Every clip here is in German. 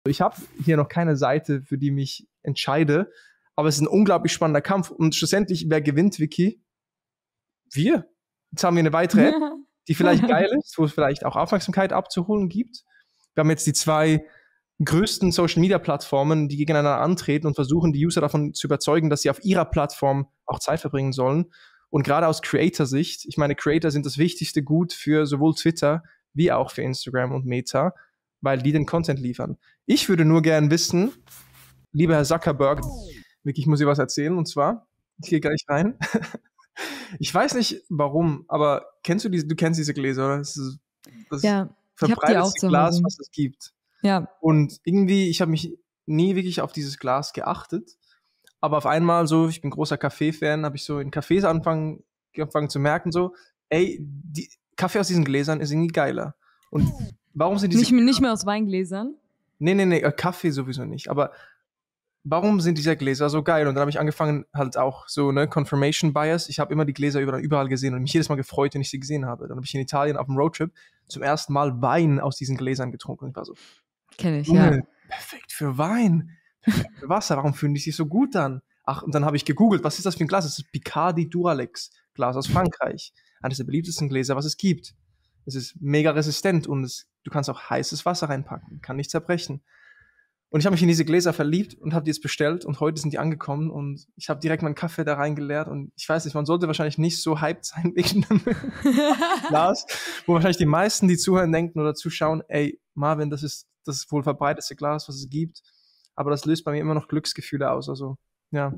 Ich habe hier noch keine Seite, für die ich mich entscheide, aber es ist ein unglaublich spannender Kampf. Und schlussendlich, wer gewinnt, Vicky? Wir. Jetzt haben wir eine weitere App, die vielleicht geil ist, wo es vielleicht auch Aufmerksamkeit abzuholen gibt. Wir haben jetzt die 2 größten Social-Media-Plattformen, die gegeneinander antreten und versuchen, die User davon zu überzeugen, dass sie auf ihrer Plattform auch Zeit verbringen sollen. Und gerade aus Creator-Sicht, ich meine, Creator sind das wichtigste Gut für sowohl Twitter wie auch für Instagram und Meta, weil die den Content liefern. Ich würde nur gern wissen, lieber Herr Zuckerberg, Vicky, ich muss dir was erzählen, und zwar, ich gehe gleich rein. Ich weiß nicht, warum, aber du kennst diese Gläser, oder? Das Ja, ich habe die auch verbreitetste zu Glas, Hause. was es gibt. Ja, Und irgendwie, ich habe mich nie wirklich auf dieses Glas geachtet, aber auf einmal so, ich bin großer Kaffee-Fan, habe ich so in Cafés angefangen zu merken, so, ey, die Kaffee aus diesen Gläsern ist irgendwie geiler. Und warum sind diese nicht mehr aus Weingläsern. Nee, Kaffee sowieso nicht. Aber warum sind diese Gläser so geil? Und dann habe ich angefangen, halt auch so, ne, Confirmation Bias. Ich habe immer die Gläser überall gesehen und mich jedes Mal gefreut, wenn ich sie gesehen habe. Dann habe ich in Italien auf dem Roadtrip zum ersten Mal Wein aus diesen Gläsern getrunken. Und ich war so, Kenne ich, ja. perfekt für Wein, perfekt für Wasser. Warum fühlen die sich so gut an? Ach, und dann habe ich gegoogelt, was ist das für ein Glas? Das ist Picardi Duralex Glas aus Frankreich. Eines der beliebtesten Gläser, was es gibt. Es ist mega resistent und du kannst auch heißes Wasser reinpacken, kann nicht zerbrechen. Und ich habe mich in diese Gläser verliebt und habe die jetzt bestellt und heute sind die angekommen und ich habe direkt meinen Kaffee da reingeleert und ich weiß nicht, man sollte wahrscheinlich nicht so hyped sein wegen einem Glas, wo wahrscheinlich die meisten, die zuhören, denken oder zuschauen, ey, Marvin, das ist das wohl verbreitetste Glas, was es gibt, aber das löst bei mir immer noch Glücksgefühle aus, also ja.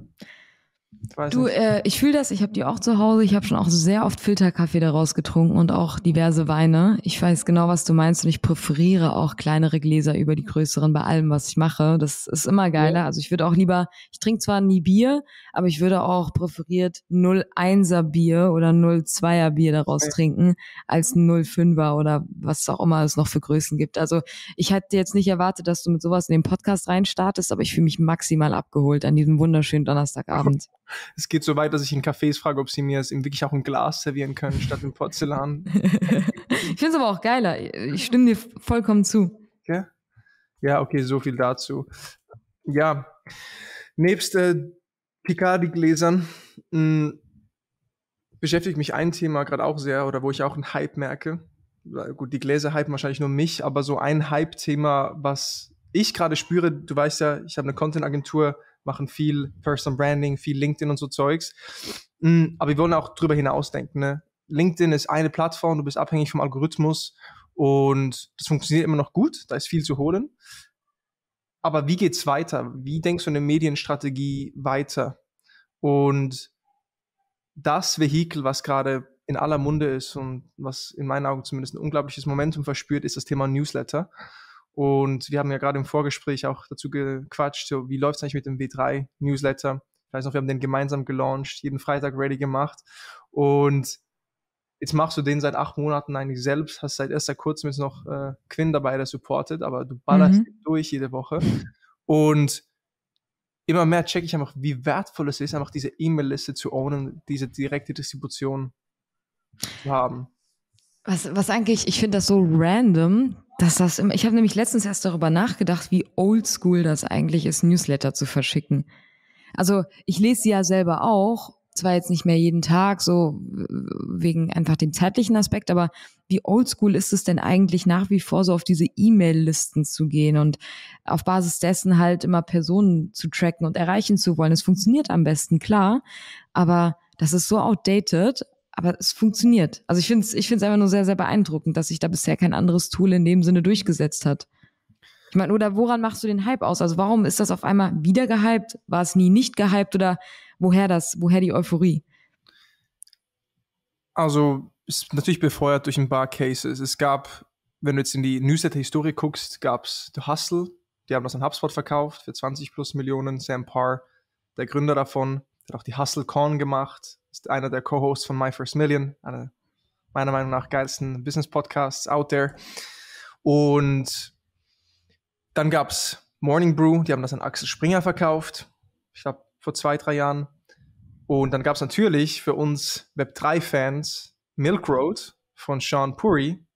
Ich fühle das, ich habe die auch zu Hause, ich habe schon auch sehr oft Filterkaffee daraus getrunken und auch diverse Weine. Ich weiß genau, was du meinst und ich präferiere auch kleinere Gläser über die größeren bei allem, was ich mache. Das ist immer geiler. Ja. Also ich würde auch lieber, ich trinke zwar nie Bier, aber ich würde auch präferiert 0,1er Bier oder 0,2er Bier daraus trinken, als 0,5er oder was auch immer es noch für Größen gibt. Also ich hätte jetzt nicht erwartet, dass du mit sowas in den Podcast reinstartest, aber ich fühle mich maximal abgeholt an diesem wunderschönen Donnerstagabend. Es geht so weit, dass ich in Cafés frage, ob sie mir es wirklich auch im Glas servieren können, statt im Porzellan. Ich finde es aber auch geiler. Ich stimme dir vollkommen zu. Ja? Ja, okay, so viel dazu. Ja, nebst Picardi-Gläsern beschäftigt mich ein Thema gerade auch sehr, oder wo ich auch einen Hype merke. Gut, die Gläser hypen wahrscheinlich nur mich, aber so ein Hype-Thema, was ich gerade spüre, du weißt ja, ich habe eine Content-Agentur, machen viel Personal Branding, viel LinkedIn und so Zeugs. Aber wir wollen auch drüber hinausdenken. Ne? LinkedIn ist eine Plattform, du bist abhängig vom Algorithmus und das funktioniert immer noch gut, da ist viel zu holen. Aber wie geht's weiter? Wie denkst du eine Medienstrategie weiter? Und das Vehikel, was gerade in aller Munde ist und was in meinen Augen zumindest ein unglaubliches Momentum verspürt, ist das Thema Newsletter. Und wir haben ja gerade im Vorgespräch auch dazu gequatscht, so wie läuft es eigentlich mit dem W3-Newsletter? Ich weiß noch, wir haben den gemeinsam gelauncht, jeden Freitag ready gemacht. Und jetzt machst du den seit 8 Monaten eigentlich selbst, hast seit erst seit kurzem jetzt noch Quinn dabei, der supportet, aber du ballerst durch jede Woche. Und immer mehr checke ich einfach, wie wertvoll es ist, einfach diese E-Mail-Liste zu ownen, diese direkte Distribution zu haben. Was eigentlich, ich finde das so random, dass das immer, ich habe nämlich letztens erst darüber nachgedacht, wie oldschool das eigentlich ist, Newsletter zu verschicken. Also ich lese sie ja selber auch, zwar jetzt nicht mehr jeden Tag, so wegen einfach dem zeitlichen Aspekt, aber wie oldschool ist es denn eigentlich nach wie vor so auf diese E-Mail-Listen zu gehen und auf Basis dessen halt immer Personen zu tracken und erreichen zu wollen? Es funktioniert am besten, klar, aber das ist so outdated, aber es funktioniert. Also ich finde es einfach nur sehr, sehr beeindruckend, dass sich da bisher kein anderes Tool in dem Sinne durchgesetzt hat. Ich meine, oder woran machst du den Hype aus? Also warum ist das auf einmal wieder gehypt? War es nie nicht gehypt oder woher die Euphorie? Also ist natürlich befeuert durch ein paar Cases. Es gab, wenn du jetzt in die Newsletter-Historie guckst, gab es The Hustle, die haben das an HubSpot verkauft für 20 plus Millionen. Sam Parr, der Gründer davon, hat auch die HustleCon gemacht, ist einer der Co-Hosts von My First Million, einer meiner Meinung nach geilsten Business-Podcasts out there. Und dann gab es Morning Brew, die haben das an Axel Springer verkauft, ich glaube vor 2-3 Jahren. Und dann gab es natürlich für uns Web3-Fans Milk Road von Sean Puri,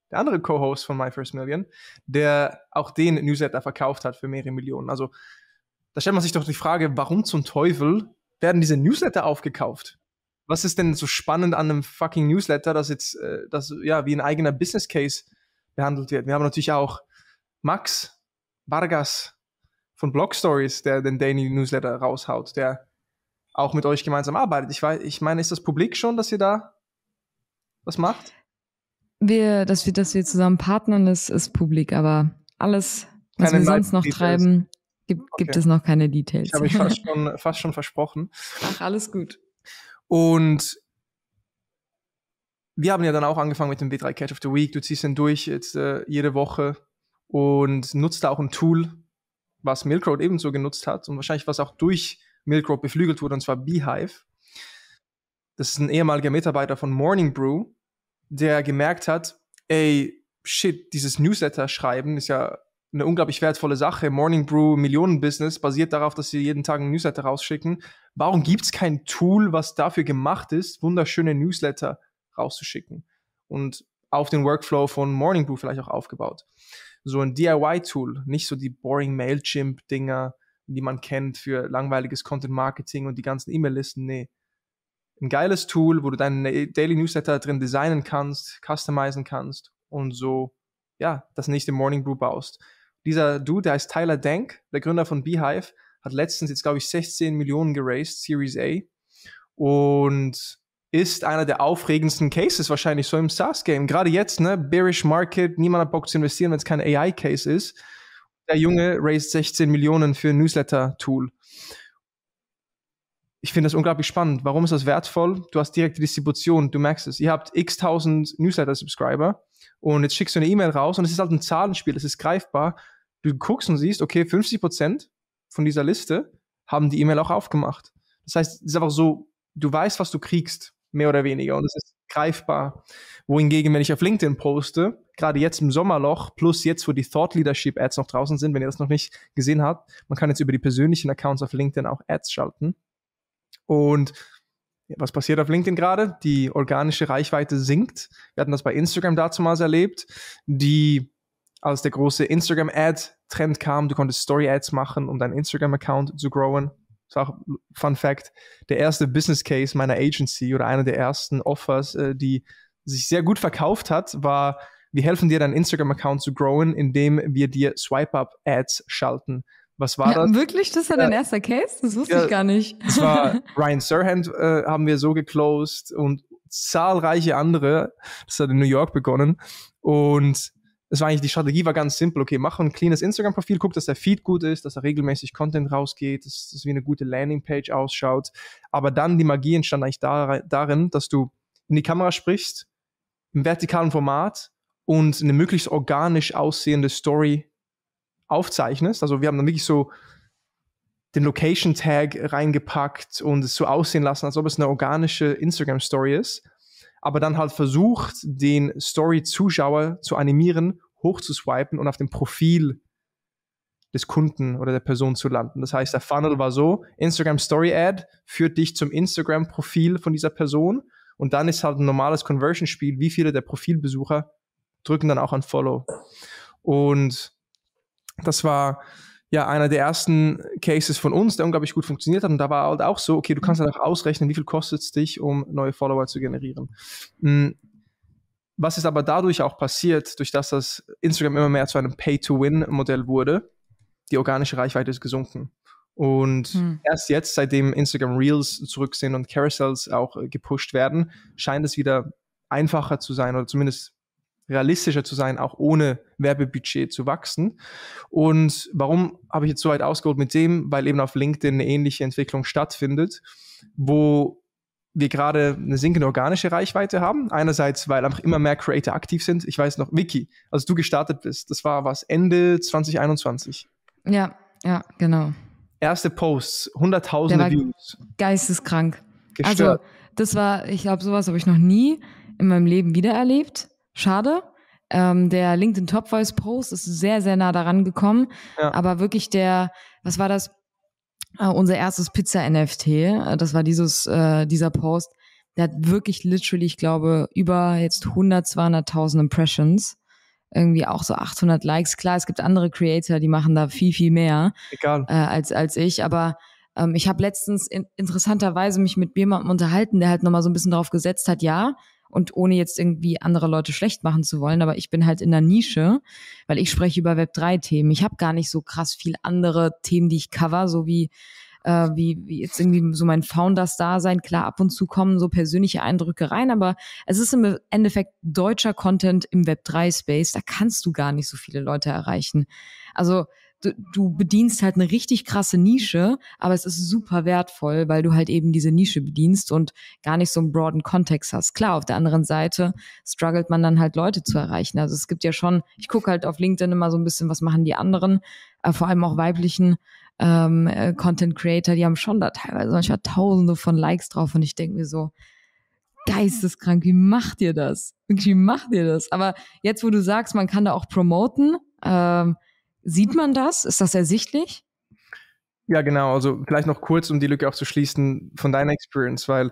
der andere Co-Host von My First Million, der auch den Newsletter verkauft hat für mehrere Millionen. Also da stellt man sich doch die Frage, warum zum Teufel werden diese Newsletter aufgekauft? Was ist denn so spannend an einem fucking Newsletter, dass jetzt das ja wie ein eigener Business Case behandelt wird? Wir haben natürlich auch Max Vargas von Blog Stories, der den Daily Newsletter raushaut, der auch mit euch gemeinsam arbeitet. Ich meine, ist das publik schon, dass ihr da was macht? Dass wir zusammen partnern, ist publik, aber alles, was wir sonst noch treiben, gibt es noch keine Details. Ich habe mich fast schon versprochen. Ach, alles gut. Und wir haben ja dann auch angefangen mit dem W3 Catch of the Week. Du ziehst ihn durch jetzt jede Woche und nutzt da auch ein Tool, was Milk Road ebenso genutzt hat und wahrscheinlich was auch durch Milk Road beflügelt wurde, und zwar Beehive. Das ist ein ehemaliger Mitarbeiter von Morning Brew, der gemerkt hat, ey, shit, dieses Newsletter-Schreiben ist ja eine unglaublich wertvolle Sache. Morning Brew, Millionen-Business, basiert darauf, dass sie jeden Tag einen Newsletter rausschicken. Warum gibt es kein Tool, was dafür gemacht ist, wunderschöne Newsletter rauszuschicken? Und auf den Workflow von Morning Brew vielleicht auch aufgebaut. So ein DIY-Tool, nicht so die boring Mailchimp-Dinger, die man kennt für langweiliges Content-Marketing und die ganzen E-Mail-Listen. Nee. Ein geiles Tool, wo du deinen Daily Newsletter drin designen kannst, customizen kannst und so, ja, das nächste Morning Brew baust. Dieser Dude, der heißt Tyler Denk, der Gründer von Beehive, hat letztens jetzt, glaube ich, 16 Millionen geraced, Series A, und ist einer der aufregendsten Cases wahrscheinlich so im SaaS-Game. Gerade jetzt, ne, bearish Market, niemand hat Bock zu investieren, wenn es kein AI-Case ist. Der Junge raised 16 Millionen für ein Newsletter-Tool. Ich finde das unglaublich spannend. Warum ist das wertvoll? Du hast direkte Distribution, du merkst es. Ihr habt x-tausend Newsletter-Subscriber und jetzt schickst du eine E-Mail raus und es ist halt ein Zahlenspiel, es ist greifbar. Du guckst und siehst, okay, 50% von dieser Liste haben die E-Mail auch aufgemacht. Das heißt, es ist einfach so, du weißt, was du kriegst, mehr oder weniger, und es ist greifbar. Wohingegen, wenn ich auf LinkedIn poste, gerade jetzt im Sommerloch, plus jetzt, wo die Thought Leadership Ads noch draußen sind, wenn ihr das noch nicht gesehen habt, man kann jetzt über die persönlichen Accounts auf LinkedIn auch Ads schalten. Und was passiert auf LinkedIn gerade? Die organische Reichweite sinkt. Wir hatten das bei Instagram dazumals erlebt, als der große Instagram-Ad-Trend kam, du konntest Story-Ads machen, um deinen Instagram-Account zu growen. Das war auch Fun Fact, der erste Business Case meiner Agency oder einer der ersten Offers, die sich sehr gut verkauft hat, war, wir helfen dir, deinen Instagram-Account zu growen, indem wir dir Swipe-Up-Ads schalten. Was war das? Wirklich? Das war dein erster Case? Das wusste ich gar nicht. Das war Ryan Serhant, haben wir so geclosed und zahlreiche andere. Das hat in New York begonnen. Und es war eigentlich, die Strategie war ganz simpel. Okay, mach ein cleanes Instagram-Profil, guck, dass der Feed gut ist, dass da regelmäßig Content rausgeht, dass das wie eine gute Landingpage ausschaut. Aber dann die Magie entstand eigentlich darin, dass du in die Kamera sprichst, im vertikalen Format und eine möglichst organisch aussehende Story aufzeichnest. Also wir haben dann wirklich so den Location-Tag reingepackt und es so aussehen lassen, als ob es eine organische Instagram-Story ist, aber dann halt versucht, den Story-Zuschauer zu animieren, hochzuswipen und auf dem Profil des Kunden oder der Person zu landen. Das heißt, der Funnel war so, Instagram-Story-Ad führt dich zum Instagram-Profil von dieser Person und dann ist halt ein normales Conversion-Spiel, wie viele der Profilbesucher drücken dann auch an Follow. Und das war ja einer der ersten Cases von uns, der unglaublich gut funktioniert hat. Und da war halt auch so, okay, du kannst dann auch ausrechnen, wie viel kostet es dich, um neue Follower zu generieren. Was ist aber dadurch auch passiert, durch das Instagram immer mehr zu einem Pay-to-Win-Modell wurde, die organische Reichweite ist gesunken. Und erst jetzt, seitdem Instagram Reels zurück sind und Carousels auch gepusht werden, scheint es wieder einfacher zu sein oder zumindest realistischer zu sein, auch ohne Werbebudget zu wachsen. Und warum habe ich jetzt so weit ausgeholt mit dem? Weil eben auf LinkedIn eine ähnliche Entwicklung stattfindet, wo wir gerade eine sinkende organische Reichweite haben. Einerseits, weil einfach immer mehr Creator aktiv sind. Ich weiß noch, Vicky, als du gestartet bist, das war Ende 2021? Ja, genau. Erste Posts, hunderttausende Views. Geisteskrank. Gestört. Also, das war, ich glaube, sowas habe ich noch nie in meinem Leben wiedererlebt. Schade. Der LinkedIn Top Voice Post ist sehr, sehr nah daran gekommen. Ja. Aber wirklich was war das? Unser erstes Pizza-NFT. Das war dieser Post. Der hat wirklich literally, ich glaube, über jetzt 100.000, 200.000 Impressions. irgendwie auch so 800 Likes. Klar, es gibt andere Creator, die machen da viel, viel mehr Egal. als ich, aber ich habe letztens interessanterweise mich mit jemandem unterhalten, der halt nochmal so ein bisschen drauf gesetzt hat, ja, und ohne jetzt irgendwie andere Leute schlecht machen zu wollen, aber ich bin halt in der Nische, weil ich spreche über Web3-Themen. Ich habe gar nicht so krass viel andere Themen, die ich cover, so wie jetzt irgendwie so mein Founders-Dasein. Klar, ab und zu kommen so persönliche Eindrücke rein, aber es ist im Endeffekt deutscher Content im Web3-Space, da kannst du gar nicht so viele Leute erreichen. Also du bedienst halt eine richtig krasse Nische, aber es ist super wertvoll, weil du halt eben diese Nische bedienst und gar nicht so einen broaden Kontext hast. Klar, auf der anderen Seite struggelt man dann halt Leute zu erreichen. Also es gibt ja schon, ich gucke halt auf LinkedIn immer so ein bisschen, was machen die anderen, vor allem auch weiblichen Content Creator, die haben schon da teilweise manchmal Tausende von Likes drauf und ich denke mir so, geisteskrank, wie macht ihr das? Wie macht ihr das? Aber jetzt, wo du sagst, man kann da auch promoten, sieht man das? Ist das ersichtlich? Ja, genau. Also vielleicht noch kurz, um die Lücke auch zu schließen von deiner Experience, weil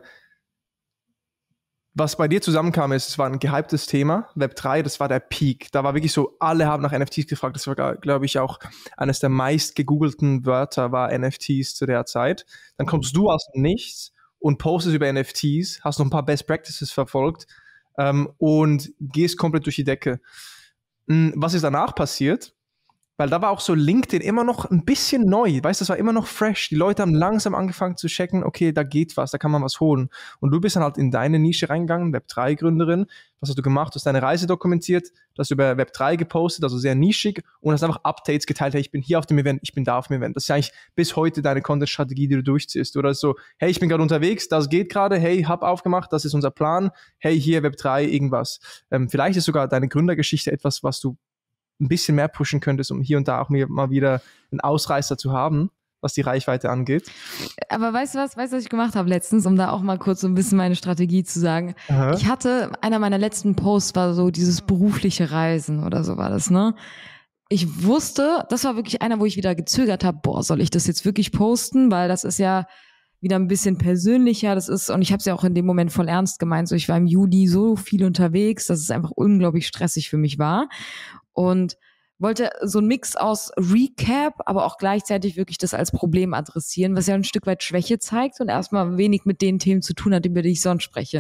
was bei dir zusammenkam ist, es war ein gehyptes Thema, Web3, das war der Peak. Da war wirklich so, alle haben nach NFTs gefragt. Das war, glaube ich, auch eines der meist gegoogelten Wörter war NFTs zu der Zeit. Dann kommst du aus dem Nichts und postest über NFTs, hast noch ein paar Best Practices verfolgt und gehst komplett durch die Decke. Was ist danach passiert? Weil da war auch so LinkedIn immer noch ein bisschen neu. Weißt du, das war immer noch fresh. Die Leute haben langsam angefangen zu checken, okay, da geht was, da kann man was holen. Und du bist dann halt in deine Nische reingegangen, Web3-Gründerin. Was hast du gemacht? Du hast deine Reise dokumentiert, du hast über Web3 gepostet, also sehr nischig, und hast einfach Updates geteilt. Hey, ich bin hier auf dem Event, ich bin da auf dem Event. Das ist ja eigentlich bis heute deine Content-Strategie, die du durchziehst. Oder so, hey, ich bin gerade unterwegs, das geht gerade, hey, Hub aufgemacht, das ist unser Plan. Hey, hier Web3, irgendwas. Vielleicht ist sogar deine Gründergeschichte etwas, was du ein bisschen mehr pushen könntest, um hier und da auch mal wieder einen Ausreißer zu haben, was die Reichweite angeht. Aber weißt du, was ich gemacht habe letztens, um da auch mal kurz so ein bisschen meine Strategie zu sagen? Aha. Ich hatte, einer meiner letzten Posts war so dieses berufliche Reisen oder so war das, ne? Ich wusste, das war wirklich einer, wo ich wieder gezögert habe, boah, soll ich das jetzt wirklich posten? Weil das ist ja wieder ein bisschen persönlicher, das ist, und ich habe es ja auch in dem Moment voll ernst gemeint, so ich war im Juli so viel unterwegs, dass es einfach unglaublich stressig für mich war. Und wollte so einen Mix aus Recap, aber auch gleichzeitig wirklich das als Problem adressieren, was ja ein Stück weit Schwäche zeigt und erstmal wenig mit den Themen zu tun hat, über die ich sonst spreche.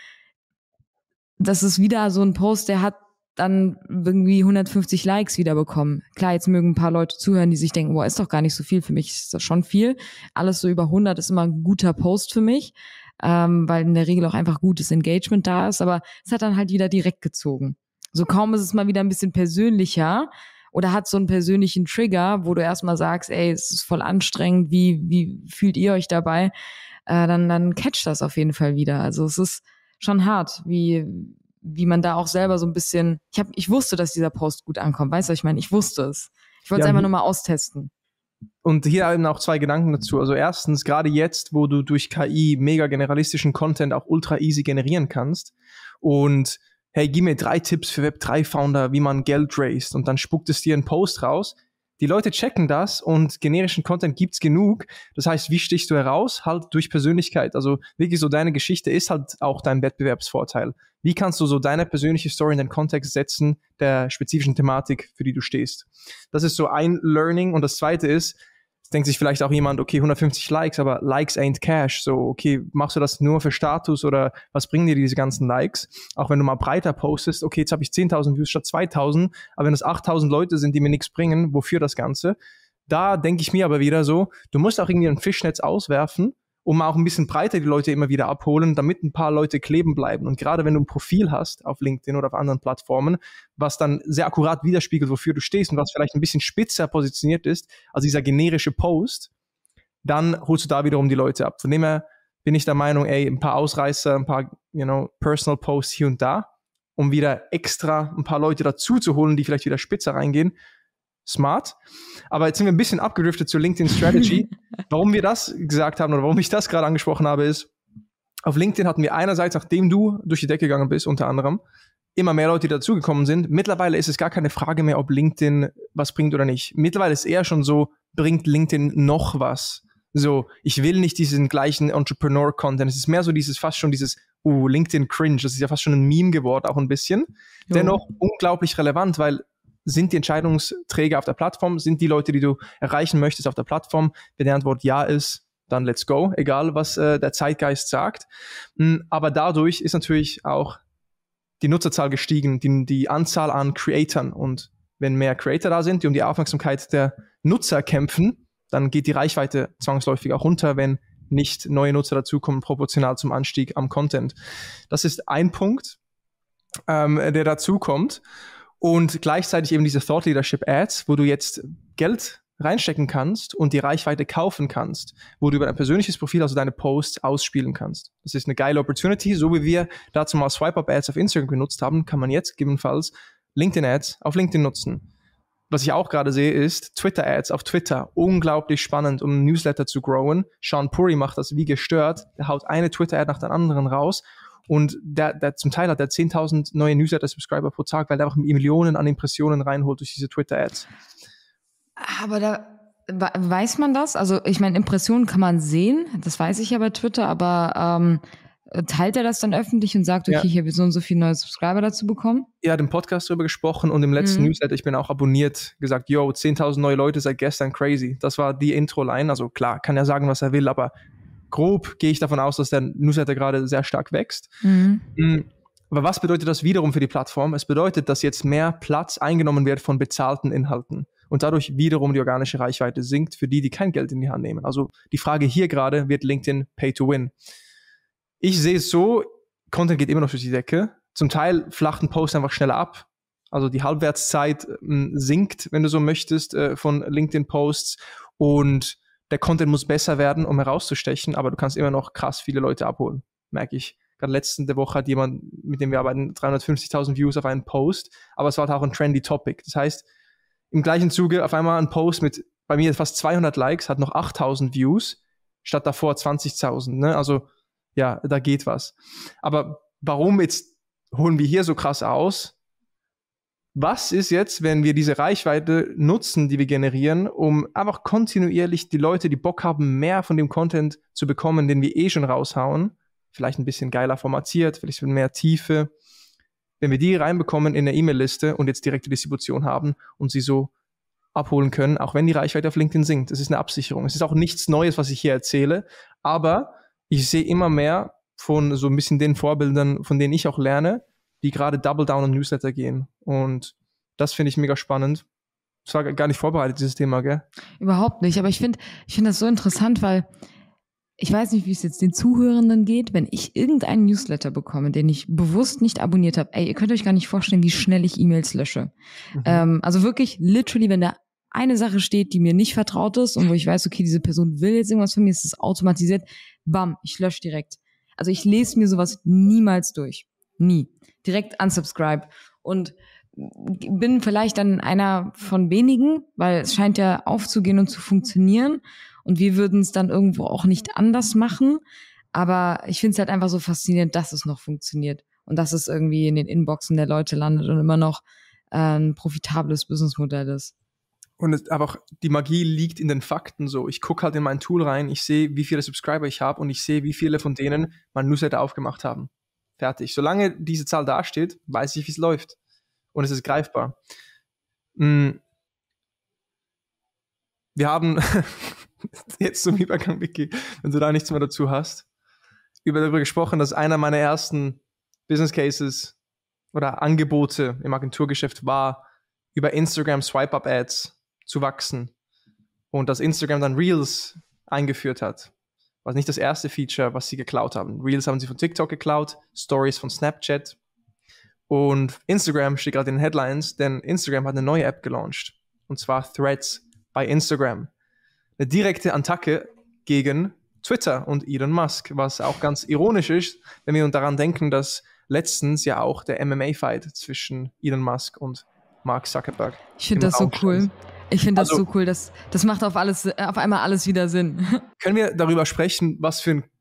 Das ist wieder so ein Post, der hat dann irgendwie 150 Likes wieder bekommen. Klar, jetzt mögen ein paar Leute zuhören, die sich denken, boah, ist doch gar nicht so viel. Für mich ist das schon viel. Alles so über 100 ist immer ein guter Post für mich, weil in der Regel auch einfach gutes Engagement da ist. Aber es hat dann halt wieder direkt gezogen. So kaum ist es mal wieder ein bisschen persönlicher oder hat so einen persönlichen Trigger, wo du erstmal sagst, ey, es ist voll anstrengend, wie fühlt ihr euch dabei? Dann catcht das auf jeden Fall wieder. Also es ist schon hart, wie man da auch selber so ein bisschen, ich wusste, dass dieser Post gut ankommt. Weißt du, was ich meine? Ich wusste es. Ich wollte es einfach nur mal austesten. Und hier eben auch 2 Gedanken dazu. Also erstens, gerade jetzt, wo du durch KI mega generalistischen Content auch ultra easy generieren kannst und hey, gib mir 3 Tipps für Web3-Founder, wie man Geld raised, und dann spuckt es dir einen Post raus. Die Leute checken das und generischen Content gibt's genug. Das heißt, wie stichst du heraus? Halt durch Persönlichkeit. Also wirklich so, deine Geschichte ist halt auch dein Wettbewerbsvorteil. Wie kannst du so deine persönliche Story in den Kontext setzen der spezifischen Thematik, für die du stehst? Das ist so ein Learning. Und das zweite ist, denkt sich vielleicht auch jemand, okay, 150 Likes, aber Likes ain't Cash. So, okay, machst du das nur für Status oder was bringen dir diese ganzen Likes? Auch wenn du mal breiter postest, okay, jetzt habe ich 10.000 Views statt 2.000, aber wenn es 8.000 Leute sind, die mir nichts bringen, wofür das Ganze? Da denke ich mir aber wieder so, du musst auch irgendwie ein Fischnetz auswerfen, um auch ein bisschen breiter die Leute immer wieder abholen, damit ein paar Leute kleben bleiben. Und gerade wenn du ein Profil hast auf LinkedIn oder auf anderen Plattformen, was dann sehr akkurat widerspiegelt, wofür du stehst und was vielleicht ein bisschen spitzer positioniert ist als dieser generische Post, dann holst du da wiederum die Leute ab. Von dem her bin ich der Meinung, ey, ein paar Ausreißer, ein paar, Personal Posts hier und da, um wieder extra ein paar Leute dazu zu holen, die vielleicht wieder spitzer reingehen. Smart. Aber jetzt sind wir ein bisschen abgedriftet zur LinkedIn Strategy. Warum wir das gesagt haben oder warum ich das gerade angesprochen habe, ist, auf LinkedIn hatten wir einerseits, nachdem du durch die Decke gegangen bist, unter anderem, immer mehr Leute, die dazugekommen sind. Mittlerweile ist es gar keine Frage mehr, ob LinkedIn was bringt oder nicht. Mittlerweile ist es eher schon so, bringt LinkedIn noch was? So, ich will nicht diesen gleichen Entrepreneur-Content. Es ist mehr so fast schon dieses LinkedIn cringe, das ist ja fast schon ein Meme geworden, auch ein bisschen. Jo. Dennoch unglaublich relevant, weil sind die Entscheidungsträger auf der Plattform, sind die Leute, die du erreichen möchtest auf der Plattform, wenn die Antwort ja ist, dann let's go, egal was der Zeitgeist sagt. Aber dadurch ist natürlich auch die Nutzerzahl gestiegen, die Anzahl an Creatoren, und wenn mehr Creator da sind, die um die Aufmerksamkeit der Nutzer kämpfen, dann geht die Reichweite zwangsläufig auch runter, wenn nicht neue Nutzer dazukommen, proportional zum Anstieg am Content. Das ist ein Punkt, der dazukommt. Und gleichzeitig eben diese Thought Leadership Ads, wo du jetzt Geld reinstecken kannst und die Reichweite kaufen kannst, wo du über dein persönliches Profil, also deine Posts, ausspielen kannst. Das ist eine geile Opportunity. So wie wir dazu mal Swipe-Up-Ads auf Instagram genutzt haben, kann man jetzt gegebenenfalls LinkedIn-Ads auf LinkedIn nutzen. Was ich auch gerade sehe, ist Twitter-Ads auf Twitter. Unglaublich spannend, um einen Newsletter zu growen. Sean Puri macht das wie gestört. Der haut eine Twitter-Ad nach der anderen raus. Und der zum Teil hat der 10.000 neue Newsletter-Subscriber pro Tag, weil der einfach Millionen an Impressionen reinholt durch diese Twitter-Ads. Aber da weiß man das? Also ich meine, Impressionen kann man sehen, das weiß ich ja bei Twitter, aber teilt er das dann öffentlich und sagt, okay, ich habe so und so viele neue Subscriber dazu bekommen? Ja, im Podcast darüber gesprochen und im letzten Newsletter, ich bin auch abonniert, gesagt, 10.000 neue Leute seit gestern, crazy. Das war die Intro-Line, also klar, kann er sagen, was er will, aber grob gehe ich davon aus, dass der Newsletter gerade sehr stark wächst. Aber was bedeutet das wiederum für die Plattform? Es bedeutet, dass jetzt mehr Platz eingenommen wird von bezahlten Inhalten und dadurch wiederum die organische Reichweite sinkt für die kein Geld in die Hand nehmen. Also die Frage hier gerade, wird LinkedIn Pay to Win? Ich sehe es so, Content geht immer noch durch die Decke. Zum Teil flacht ein Post einfach schneller ab. Also die Halbwertszeit sinkt, wenn du so möchtest, von LinkedIn-Posts, und der Content muss besser werden, um herauszustechen, aber du kannst immer noch krass viele Leute abholen, merke ich. Gerade letzte Woche hat jemand, mit dem wir arbeiten, 350.000 Views auf einen Post, aber es war halt auch ein trendy Topic. Das heißt, im gleichen Zuge auf einmal ein Post mit, bei mir fast 200 Likes, hat noch 8.000 Views, statt davor 20.000, ne? Also, ja, da geht was. Aber warum jetzt holen wir hier so krass aus? Was ist jetzt, wenn wir diese Reichweite nutzen, die wir generieren, um einfach kontinuierlich die Leute, die Bock haben, mehr von dem Content zu bekommen, den wir schon raushauen, vielleicht ein bisschen geiler formatiert, vielleicht mit mehr Tiefe, wenn wir die reinbekommen in eine E-Mail-Liste und jetzt direkte Distribution haben und sie so abholen können, auch wenn die Reichweite auf LinkedIn sinkt. Das ist eine Absicherung. Es ist auch nichts Neues, was ich hier erzähle, aber ich sehe immer mehr von so ein bisschen den Vorbildern, von denen ich auch lerne, die gerade Double Down und Newsletter gehen. Und das finde ich mega spannend. Das war gar nicht vorbereitet, dieses Thema, gell? Überhaupt nicht, aber ich finde das so interessant, weil ich weiß nicht, wie es jetzt den Zuhörenden geht, wenn ich irgendeinen Newsletter bekomme, den ich bewusst nicht abonniert habe. Ihr könnt euch gar nicht vorstellen, wie schnell ich E-Mails lösche. Also wirklich, literally, wenn da eine Sache steht, die mir nicht vertraut ist und wo ich weiß, okay, diese Person will jetzt irgendwas von mir, ist es automatisiert, bam, ich lösche direkt. Also ich lese mir sowas niemals durch. Nie. Direkt unsubscribe. Und bin vielleicht dann einer von wenigen, weil es scheint ja aufzugehen und zu funktionieren. Und wir würden es dann irgendwo auch nicht anders machen. Aber ich finde es halt einfach so faszinierend, dass es noch funktioniert. Und dass es irgendwie in den Inboxen der Leute landet und immer noch ein profitables Businessmodell ist. Und einfach die Magie liegt in den Fakten so. Ich gucke halt in mein Tool rein, ich sehe, wie viele Subscriber ich habe und ich sehe, wie viele von denen mein Newsletter aufgemacht haben. Fertig. Solange diese Zahl dasteht, weiß ich, wie es läuft. Und es ist greifbar. Wir haben jetzt zum Übergang, Vicky, wenn du da nichts mehr dazu hast, darüber gesprochen, dass einer meiner ersten Business Cases oder Angebote im Agenturgeschäft war, über Instagram Swipe-Up-Ads zu wachsen. Und dass Instagram dann Reels eingeführt hat. Was nicht das erste Feature, was sie geklaut haben. Reels haben sie von TikTok geklaut, Stories von Snapchat. Und Instagram steht gerade in den Headlines, denn Instagram hat eine neue App gelauncht. Und zwar Threads bei Instagram. Eine direkte Attacke gegen Twitter und Elon Musk, was auch ganz ironisch ist, wenn wir daran denken, dass letztens ja auch der MMA-Fight zwischen Elon Musk und Mark Zuckerberg. Ich finde das so cool. Ich finde das so cool. Das macht auf einmal alles wieder Sinn. Können wir darüber sprechen, was für ein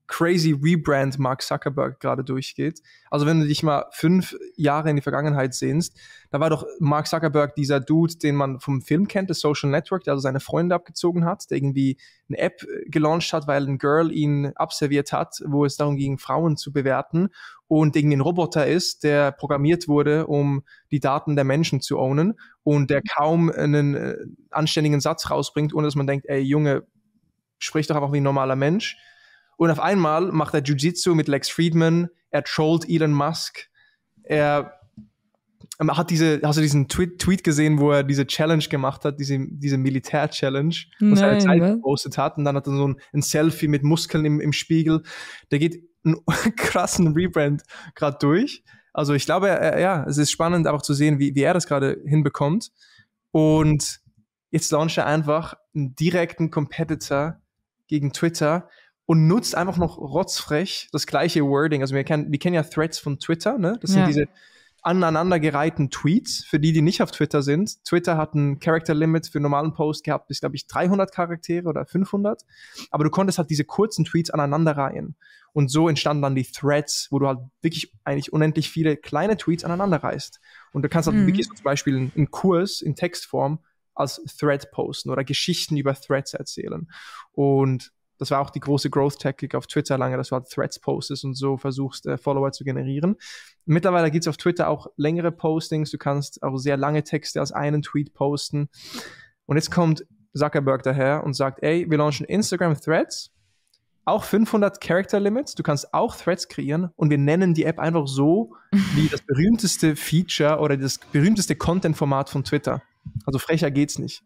crazy Rebrand Mark Zuckerberg gerade durchgeht. Also wenn du dich mal 5 Jahre in die Vergangenheit sehnst, da war doch Mark Zuckerberg dieser Dude, den man vom Film kennt, das Social Network, der also seine Freunde abgezogen hat, der irgendwie eine App gelauncht hat, weil ein Girl ihn abserviert hat, wo es darum ging, Frauen zu bewerten, und irgendwie ein Roboter ist, der programmiert wurde, um die Daten der Menschen zu ownen und der kaum einen anständigen Satz rausbringt, ohne dass man denkt, ey Junge, sprich doch einfach wie ein normaler Mensch. Und auf einmal macht er Jiu-Jitsu mit Lex Friedman, er trollt Elon Musk, er hat hast du diesen Tweet gesehen, wo er diese Challenge gemacht hat, diese Militär-Challenge, wo seine Zeit gepostet hat, und dann hat er so ein Selfie mit Muskeln im Spiegel. Der geht einen krassen Rebrand gerade durch. Also ich glaube, es ist spannend einfach zu sehen, wie er das gerade hinbekommt. Und jetzt launcht er einfach einen direkten Competitor gegen Twitter und nutzt einfach noch rotzfrech das gleiche Wording. Also wir kennen ja Threads von Twitter, ne? Das sind diese aneinandergereihten Tweets, für die nicht auf Twitter sind. Twitter hat ein Character Limit für einen normalen Post gehabt, bis, glaube ich, 300 Charaktere oder 500. Aber du konntest halt diese kurzen Tweets aneinanderreihen. Und so entstanden dann die Threads, wo du halt wirklich eigentlich unendlich viele kleine Tweets aneinander reißt. Und du kannst halt wirklich so zum Beispiel einen Kurs in Textform als Thread posten oder Geschichten über Threads erzählen. Und das war auch die große Growth-Tactic auf Twitter lange, dass du halt Threads postest und so versuchst, Follower zu generieren. Mittlerweile gibt es auf Twitter auch längere Postings. Du kannst auch sehr lange Texte als einen Tweet posten. Und jetzt kommt Zuckerberg daher und sagt, ey, wir launchen Instagram Threads, auch 500 Character Limits. Du kannst auch Threads kreieren und wir nennen die App einfach so wie das berühmteste Feature oder das berühmteste Content-Format von Twitter. Also frecher geht's nicht.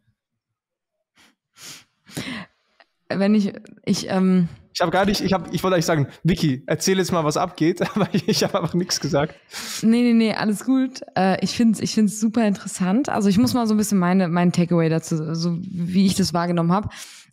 Wenn ich wollte eigentlich sagen, Vicky, erzähl jetzt mal, was abgeht, aber ich habe einfach nichts gesagt. Nee, alles gut. Ich find's super interessant. Also ich muss mal so ein bisschen mein Takeaway dazu, so wie ich das wahrgenommen habe.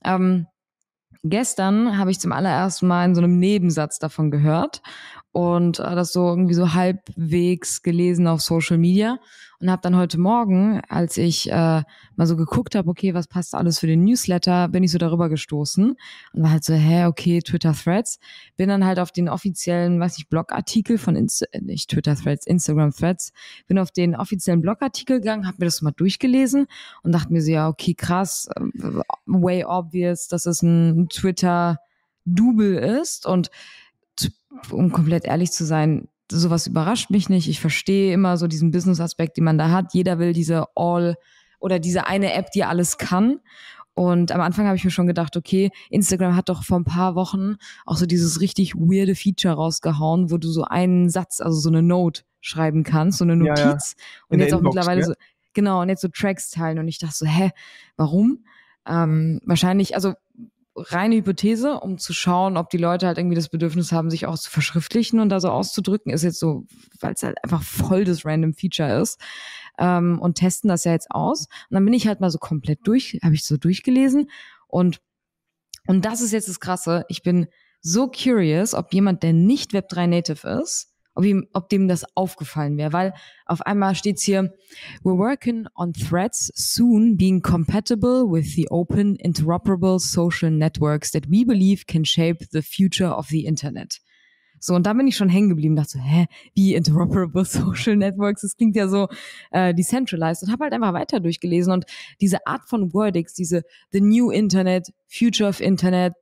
Gestern habe ich zum allerersten Mal in so einem Nebensatz davon gehört und das so irgendwie so halbwegs gelesen auf Social Media und habe dann heute Morgen, als ich mal so geguckt habe, okay, was passt alles für den Newsletter, bin ich so darüber gestoßen und war halt so, okay, Twitter Threads, bin dann halt auf den offiziellen, Blogartikel von nicht Twitter Threads, Instagram Threads, bin auf den offiziellen Blogartikel gegangen, habe mir das mal durchgelesen und dachte mir so, ja, okay, krass, way obvious, dass es ein Twitter-Double ist, und um komplett ehrlich zu sein, sowas überrascht mich nicht. Ich verstehe immer so diesen Business-Aspekt, den man da hat. Jeder will diese eine App, die alles kann. Und am Anfang habe ich mir schon gedacht, okay, Instagram hat doch vor ein paar Wochen auch so dieses richtig weirde Feature rausgehauen, wo du so einen Satz, also so eine Note schreiben kannst, so eine Notiz. Ja. Und jetzt auch Inbox, mittlerweile so, genau, und jetzt so Tracks teilen. Und ich dachte so, warum? Wahrscheinlich, also reine Hypothese, um zu schauen, ob die Leute halt irgendwie das Bedürfnis haben, sich auch zu verschriftlichen und da so auszudrücken, ist jetzt so, weil es halt einfach voll das random Feature ist, und testen das ja jetzt aus. Und dann bin ich halt mal so komplett habe ich so durchgelesen und das ist jetzt das Krasse. Ich bin so curious, ob jemand, der nicht Web3 Native ist, ob dem das aufgefallen wäre, weil auf einmal steht's hier, we're working on threads soon being compatible with the open, interoperable social networks that we believe can shape the future of the Internet. So, und da bin ich schon hängen geblieben, dachte so, wie interoperable social networks? Das klingt ja so decentralized, und habe halt einfach weiter durchgelesen, und diese Art von Wordings, diese the new Internet, future of Internet,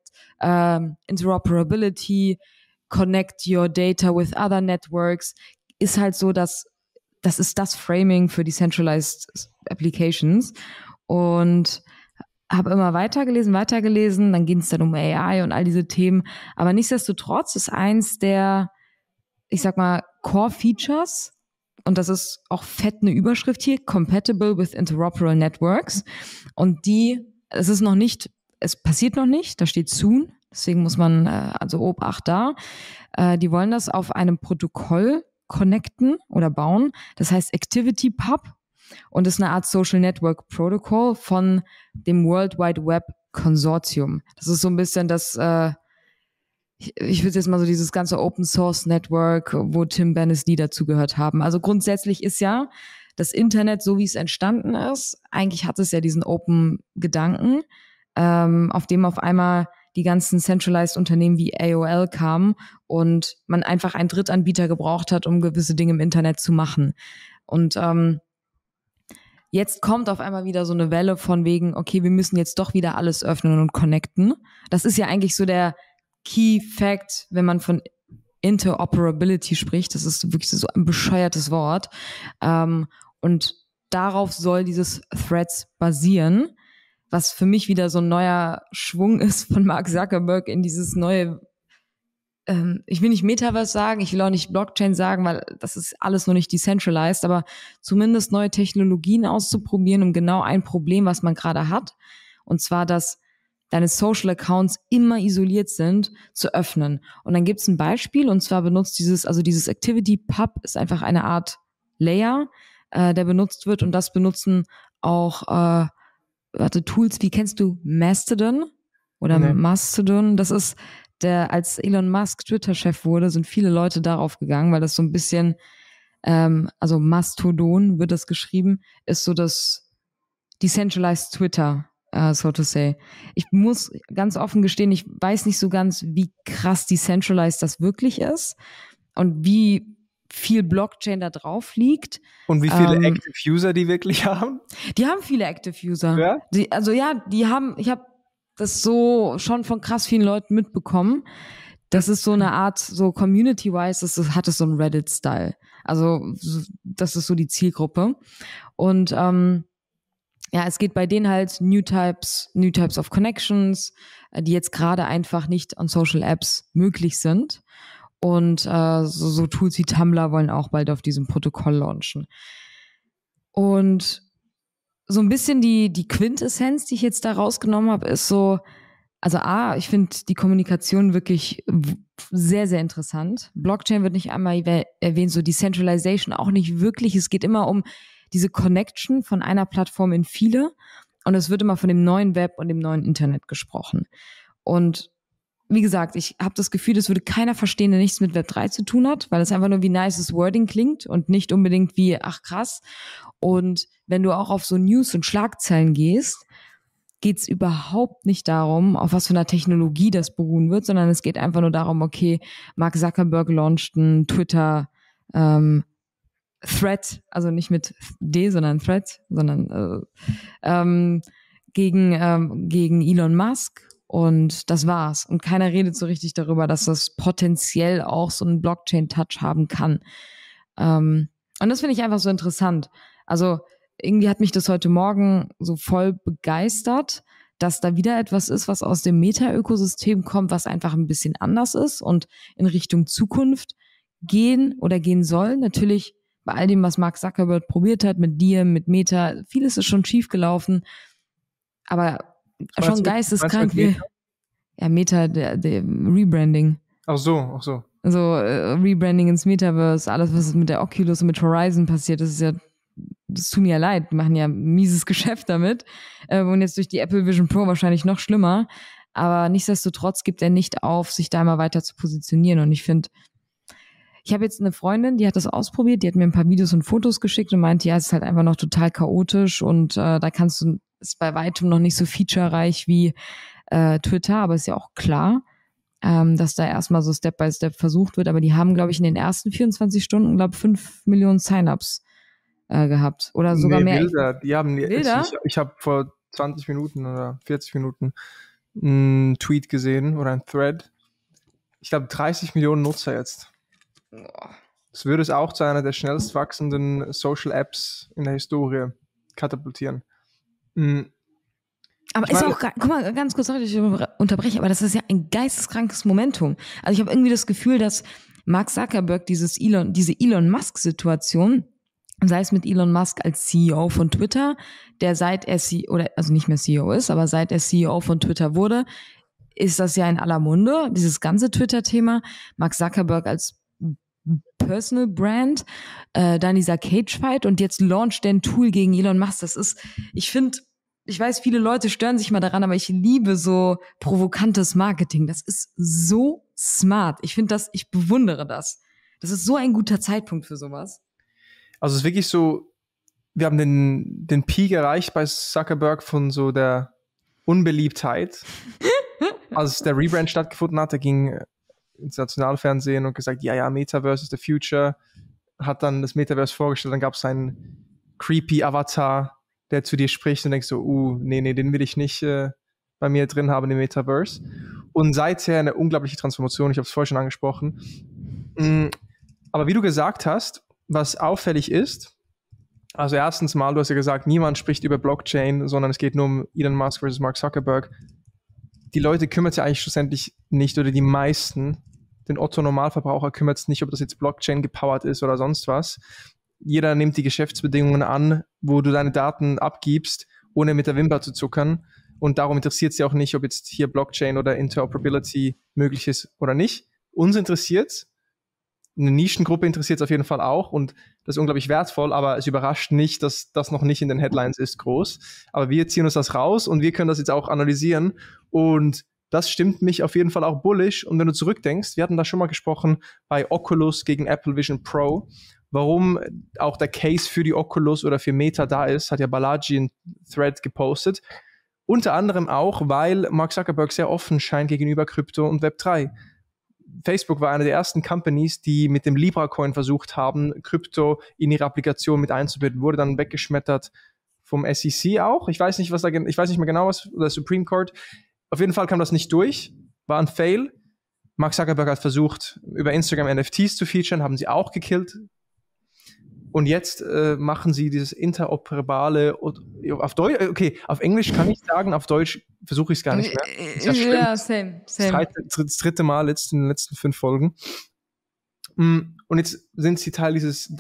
interoperability, connect your data with other networks, ist halt so, dass das ist das Framing für Decentralized Applications. Und habe immer weitergelesen, dann ging es dann um AI und all diese Themen. Aber nichtsdestotrotz ist eins der, ich sag mal, Core-Features, und das ist auch fett eine Überschrift hier, compatible with interoperable networks. Und es passiert noch nicht, da steht soon. Deswegen muss man, also Obacht da, die wollen das auf einem Protokoll connecten oder bauen. Das heißt ActivityPub und ist eine Art Social Network Protocol von dem World Wide Web Konsortium. Das ist so ein bisschen das, ich würde jetzt mal so dieses ganze Open Source Network, wo Tim Berners-Lee dazugehört haben. Also grundsätzlich ist ja das Internet, so wie es entstanden ist, eigentlich hat es ja diesen Open Gedanken, auf dem auf einmal die ganzen Centralized Unternehmen wie AOL kamen und man einfach einen Drittanbieter gebraucht hat, um gewisse Dinge im Internet zu machen. Und jetzt kommt auf einmal wieder so eine Welle von wegen, okay, wir müssen jetzt doch wieder alles öffnen und connecten. Das ist ja eigentlich so der Key Fact, wenn man von Interoperability spricht. Das ist wirklich so ein bescheuertes Wort. Und darauf soll dieses Threads basieren, was für mich wieder so ein neuer Schwung ist von Mark Zuckerberg in dieses neue, ich will nicht Metaverse sagen, ich will auch nicht Blockchain sagen, weil das ist alles noch nicht decentralized, aber zumindest neue Technologien auszuprobieren, um genau ein Problem, was man gerade hat, und zwar, dass deine Social Accounts immer isoliert sind, zu öffnen. Und dann gibt es ein Beispiel, und zwar benutzt dieses Activity Pub ist einfach eine Art Layer, der benutzt wird, und das benutzen auch Tools, wie kennst du Mastodon oder Mastodon? Das ist als Elon Musk Twitter-Chef wurde, sind viele Leute darauf gegangen, weil das so ein bisschen, also Mastodon wird das geschrieben, ist so das Decentralized Twitter, so to say. Ich muss ganz offen gestehen, ich weiß nicht so ganz, wie krass decentralized das wirklich ist und wie viel Blockchain da drauf liegt. Und wie viele Active User die wirklich haben? Die haben viele Active User. Ja? Ich habe das so schon von krass vielen Leuten mitbekommen. Das ist so eine Art, so community-wise, hat es so einen Reddit-Style. Also das ist so die Zielgruppe. Und es geht bei denen halt New Types of Connections, die jetzt gerade einfach nicht on Social Apps möglich sind. Und so Tools wie Tumblr wollen auch bald auf diesem Protokoll launchen. Und so ein bisschen die Quintessenz, die ich jetzt da rausgenommen habe, ist so, also ich finde die Kommunikation wirklich sehr, sehr interessant. Blockchain wird nicht einmal erwähnt, so Decentralization auch nicht wirklich. Es geht immer um diese Connection von einer Plattform in viele, und es wird immer von dem neuen Web und dem neuen Internet gesprochen. Und wie gesagt, ich habe das Gefühl, das würde keiner verstehen, der nichts mit Web 3 zu tun hat, weil es einfach nur wie nices Wording klingt und nicht unbedingt wie, ach krass. Und wenn du auch auf so News und Schlagzeilen gehst, geht's überhaupt nicht darum, auf was für einer Technologie das beruhen wird, sondern es geht einfach nur darum, okay, Mark Zuckerberg launcht einen Twitter Thread, also nicht mit D, sondern Thread, sondern gegen Elon Musk. Und das war's. Und keiner redet so richtig darüber, dass das potenziell auch so einen Blockchain-Touch haben kann. Und das finde ich einfach so interessant. Also irgendwie hat mich das heute Morgen so voll begeistert, dass da wieder etwas ist, was aus dem Meta-Ökosystem kommt, was einfach ein bisschen anders ist und in Richtung Zukunft gehen soll. Natürlich bei all dem, was Mark Zuckerberg probiert hat, mit dir, mit Meta, vieles ist schon schief gelaufen. Aber schon geisteskrank wie Meta, der Rebranding. Ach so. Also Rebranding ins Metaverse, alles, was mit der Oculus und mit Horizon passiert, das tut mir ja leid, die machen ja mieses Geschäft damit. Und jetzt durch die Apple Vision Pro wahrscheinlich noch schlimmer. Aber nichtsdestotrotz gibt er nicht auf, sich da immer weiter zu positionieren. Und ich finde, ich habe jetzt eine Freundin, die hat das ausprobiert, die hat mir ein paar Videos und Fotos geschickt und meint, ja, es ist halt einfach noch total chaotisch und da ist bei weitem noch nicht so featurereich wie Twitter, aber ist ja auch klar, dass da erstmal so Step by Step versucht wird, aber die haben, glaube ich, in den ersten 24 Stunden, 5 Millionen Sign-ups gehabt oder sogar mehr. Bilder. Die haben Bilder? Ich habe vor 20 Minuten oder 40 Minuten einen Tweet gesehen oder einen Thread. Ich glaube 30 Millionen Nutzer jetzt. Das würde es auch zu einer der schnellst wachsenden Social Apps in der Historie katapultieren. Aber ist auch, guck mal, ganz kurz, sorry, dass ich unterbreche, aber das ist ja ein geisteskrankes Momentum. Also ich habe irgendwie das Gefühl, dass Mark Zuckerberg diese Elon Musk-Situation, sei es mit Elon Musk als CEO von Twitter, der seit er also nicht mehr CEO ist, aber seit er CEO von Twitter wurde, ist das ja in aller Munde, dieses ganze Twitter-Thema. Mark Zuckerberg als Personal Brand, dann dieser Cage-Fight und jetzt launcht der ein Tool gegen Elon Musk. Ich weiß, viele Leute stören sich mal daran, aber ich liebe so provokantes Marketing. Das ist so smart. Ich bewundere das. Das ist so ein guter Zeitpunkt für sowas. Also es ist wirklich so, wir haben den Peak erreicht bei Zuckerberg von so der Unbeliebtheit. als der Rebrand stattgefunden hat, da ging ins Nationalfernsehen und gesagt, ja, Metaverse is the future, hat dann das Metaverse vorgestellt, dann gab es einen creepy Avatar, der zu dir spricht und denkst so, nee, den will ich nicht bei mir drin haben im Metaverse. Und seither eine unglaubliche Transformation, ich habe es vorher schon angesprochen. Aber wie du gesagt hast, was auffällig ist, also erstens mal, du hast ja gesagt, niemand spricht über Blockchain, sondern es geht nur um Elon Musk versus Mark Zuckerberg. Die Leute kümmert es ja eigentlich schlussendlich nicht, oder die meisten, den Otto-Normalverbraucher kümmert es nicht, ob das jetzt Blockchain gepowert ist oder sonst was. Jeder nimmt die Geschäftsbedingungen an, wo du deine Daten abgibst, ohne mit der Wimper zu zuckern. Und darum interessiert es ja auch nicht, ob jetzt hier Blockchain oder Interoperability möglich ist oder nicht. Uns interessiert es. Eine Nischengruppe interessiert es auf jeden Fall auch und das ist unglaublich wertvoll, aber es überrascht nicht, dass das noch nicht in den Headlines ist groß. Aber wir ziehen uns das raus und wir können das jetzt auch analysieren und das stimmt mich auf jeden Fall auch bullish. Und wenn du zurückdenkst, wir hatten da schon mal gesprochen bei Oculus gegen Apple Vision Pro, warum auch der Case für die Oculus oder für Meta da ist, hat ja Balaji in Thread gepostet. Unter anderem auch, weil Mark Zuckerberg sehr offen scheint gegenüber Krypto und Web3. Facebook war eine der ersten Companies, die mit dem Libra-Coin versucht haben, Krypto in ihre Applikation mit einzubinden, wurde dann weggeschmettert vom SEC auch. Ich weiß nicht mehr genau was, oder Supreme Court. Auf jeden Fall kam das nicht durch, war ein Fail. Mark Zuckerberg hat versucht, über Instagram NFTs zu featuren, haben sie auch gekillt. Und jetzt machen sie dieses interoperable, auf Deutsch, okay, auf Englisch kann ich sagen, auf Deutsch versuche ich es gar nicht mehr. Ja, same. Das dritte Mal in den letzten 5 Folgen. Und jetzt sind sie Teil dieses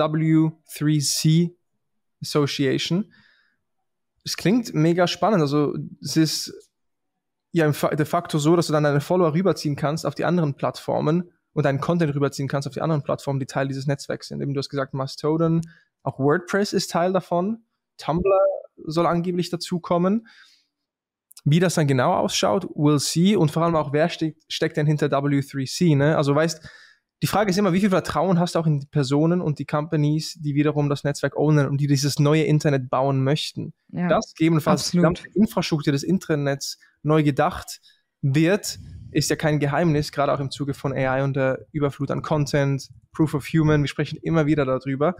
W3C Association. Es klingt mega spannend. Also es ist ja de facto so, dass du dann deine Follower rüberziehen kannst auf die anderen Plattformen und deinen Content rüberziehen kannst auf die anderen Plattformen, die Teil dieses Netzwerks sind. Eben, du hast gesagt, Mastodon, auch WordPress ist Teil davon. Tumblr soll angeblich dazukommen. Wie das dann genau ausschaut, we'll see. Und vor allem auch, wer steckt denn hinter W3C, ne? Also weißt, die Frage ist immer, wie viel Vertrauen hast du auch in die Personen und die Companies, die wiederum das Netzwerk ownen und die dieses neue Internet bauen möchten. Ja, das gegebenenfalls die gesamte Infrastruktur des Internets neu gedacht wird, ist ja kein Geheimnis, gerade auch im Zuge von AI und der Überflut an Content, Proof of Human, wir sprechen immer wieder darüber.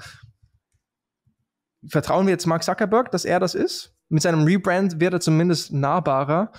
Vertrauen wir jetzt Mark Zuckerberg, dass er das ist? Mit seinem Rebrand wird er zumindest nahbarer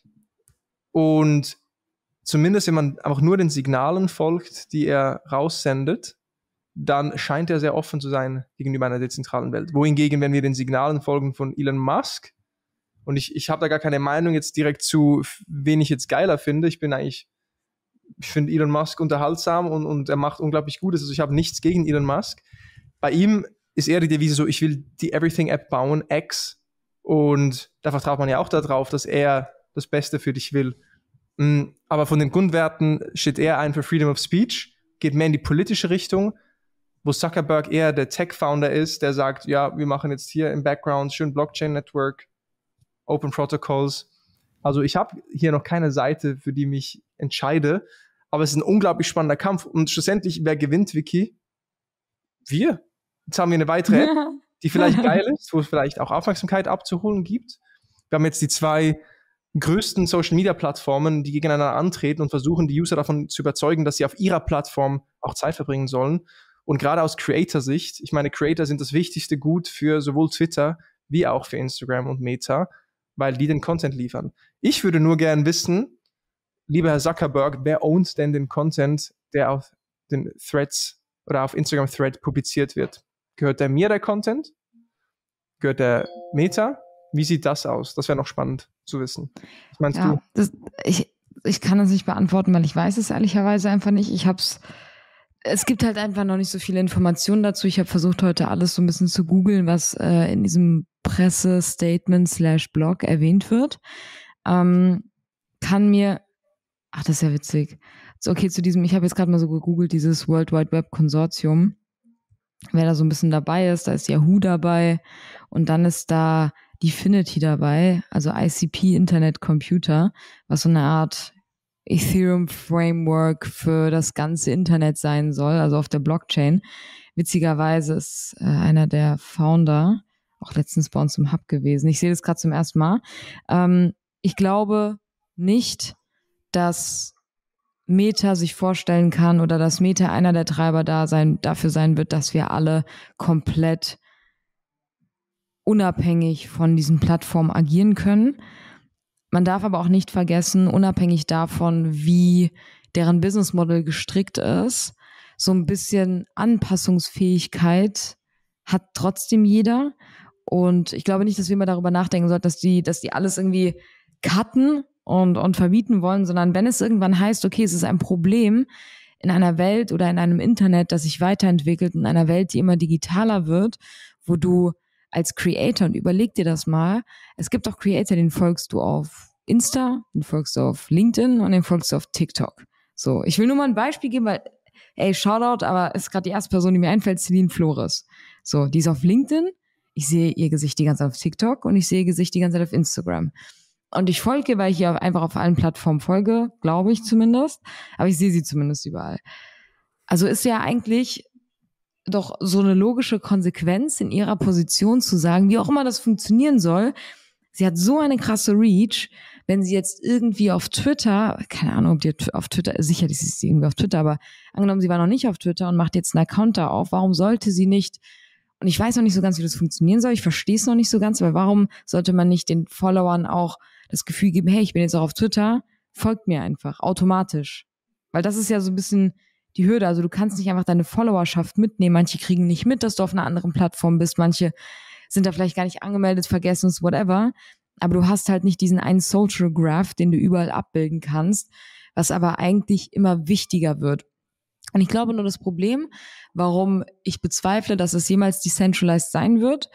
und zumindest, wenn man einfach nur den Signalen folgt, die er raussendet, dann scheint er sehr offen zu sein gegenüber einer dezentralen Welt. Wohingegen, wenn wir den Signalen folgen von Elon Musk, und ich habe da gar keine Meinung jetzt direkt zu, wen ich jetzt geiler finde. Ich finde Elon Musk unterhaltsam und er macht unglaublich Gutes. Also ich habe nichts gegen Elon Musk. Bei ihm ist eher die Devise so, ich will die Everything-App bauen, X. Und da vertraut man ja auch darauf, dass er das Beste für dich will. Aber von den Grundwerten steht er ein für Freedom of Speech, geht mehr in die politische Richtung, wo Zuckerberg eher der Tech-Founder ist, der sagt, ja, wir machen jetzt hier im Background schön Blockchain-Network, Open Protocols. Also ich habe hier noch keine Seite, für die ich mich entscheide, aber es ist ein unglaublich spannender Kampf. Und schlussendlich, wer gewinnt, Vicky? Wir. Jetzt haben wir eine weitere App, die vielleicht geil ist, wo es vielleicht auch Aufmerksamkeit abzuholen gibt. Wir haben jetzt die 2 größten Social-Media-Plattformen, die gegeneinander antreten und versuchen, die User davon zu überzeugen, dass sie auf ihrer Plattform auch Zeit verbringen sollen. Und gerade aus Creator-Sicht, ich meine, Creator sind das wichtigste Gut für sowohl Twitter wie auch für Instagram und Meta, weil die den Content liefern. Ich würde nur gern wissen, lieber Herr Zuckerberg, wer ownt denn den Content, der auf den Threads oder auf Instagram Thread publiziert wird? Gehört der mir, der Content? Gehört der Meta? Wie sieht das aus? Das wäre noch spannend zu wissen. Was meinst du? Ich kann das nicht beantworten, weil ich weiß es ehrlicherweise einfach nicht. Es gibt halt einfach noch nicht so viele Informationen dazu. Ich habe versucht, heute alles so ein bisschen zu googeln, was in diesem Pressestatement/Blog erwähnt wird. Das ist ja witzig. So, okay, ich habe jetzt gerade mal so gegoogelt, dieses World Wide Web Konsortium. Wer da so ein bisschen dabei ist, da ist Yahoo dabei und dann ist da Dfinity dabei, also ICP Internet Computer, was so eine Art Ethereum-Framework für das ganze Internet sein soll, also auf der Blockchain. Witzigerweise ist einer der Founder auch letztens bei uns im Hub gewesen. Ich sehe das gerade zum ersten Mal. Ich glaube nicht, dass Meta sich vorstellen kann oder dass Meta einer der Treiber dafür sein wird, dass wir alle komplett unabhängig von diesen Plattformen agieren können. Man darf aber auch nicht vergessen, unabhängig davon, wie deren Business Model gestrickt ist, so ein bisschen Anpassungsfähigkeit hat trotzdem jeder. Und ich glaube nicht, dass wir mal darüber nachdenken sollten, dass die alles irgendwie cutten und verbieten wollen, sondern wenn es irgendwann heißt, okay, es ist ein Problem in einer Welt oder in einem Internet, das sich weiterentwickelt, in einer Welt, die immer digitaler wird, wo du als Creator, und überleg dir das mal, es gibt auch Creator, den folgst du auf Insta, den folgst du auf LinkedIn und den folgst du auf TikTok. So, ich will nur mal ein Beispiel geben, weil, Shoutout, aber ist gerade die erste Person, die mir einfällt, Celine Flores. So, die ist auf LinkedIn, ich sehe ihr Gesicht die ganze Zeit auf TikTok und ich sehe ihr Gesicht die ganze Zeit auf Instagram. Und ich folge, weil ich ihr einfach auf allen Plattformen folge, glaube ich zumindest, aber ich sehe sie zumindest überall. Also ist ja eigentlich doch so eine logische Konsequenz in ihrer Position zu sagen, wie auch immer das funktionieren soll. Sie hat so eine krasse Reach, wenn sie jetzt irgendwie auf Twitter, keine Ahnung, ob die auf Twitter, sicherlich ist sie irgendwie auf Twitter, aber angenommen, sie war noch nicht auf Twitter und macht jetzt einen Account da auf, warum sollte sie nicht, und ich weiß noch nicht so ganz, wie das funktionieren soll, ich verstehe es noch nicht so ganz, aber warum sollte man nicht den Followern auch das Gefühl geben, hey, ich bin jetzt auch auf Twitter, folgt mir einfach, automatisch. Weil das ist ja so ein bisschen die Hürde, also du kannst nicht einfach deine Followerschaft mitnehmen, manche kriegen nicht mit, dass du auf einer anderen Plattform bist, manche sind da vielleicht gar nicht angemeldet, vergessen es, whatever, aber du hast halt nicht diesen einen Social Graph, den du überall abbilden kannst, was aber eigentlich immer wichtiger wird. Und ich glaube nur das Problem, warum ich bezweifle, dass es jemals decentralized sein wird,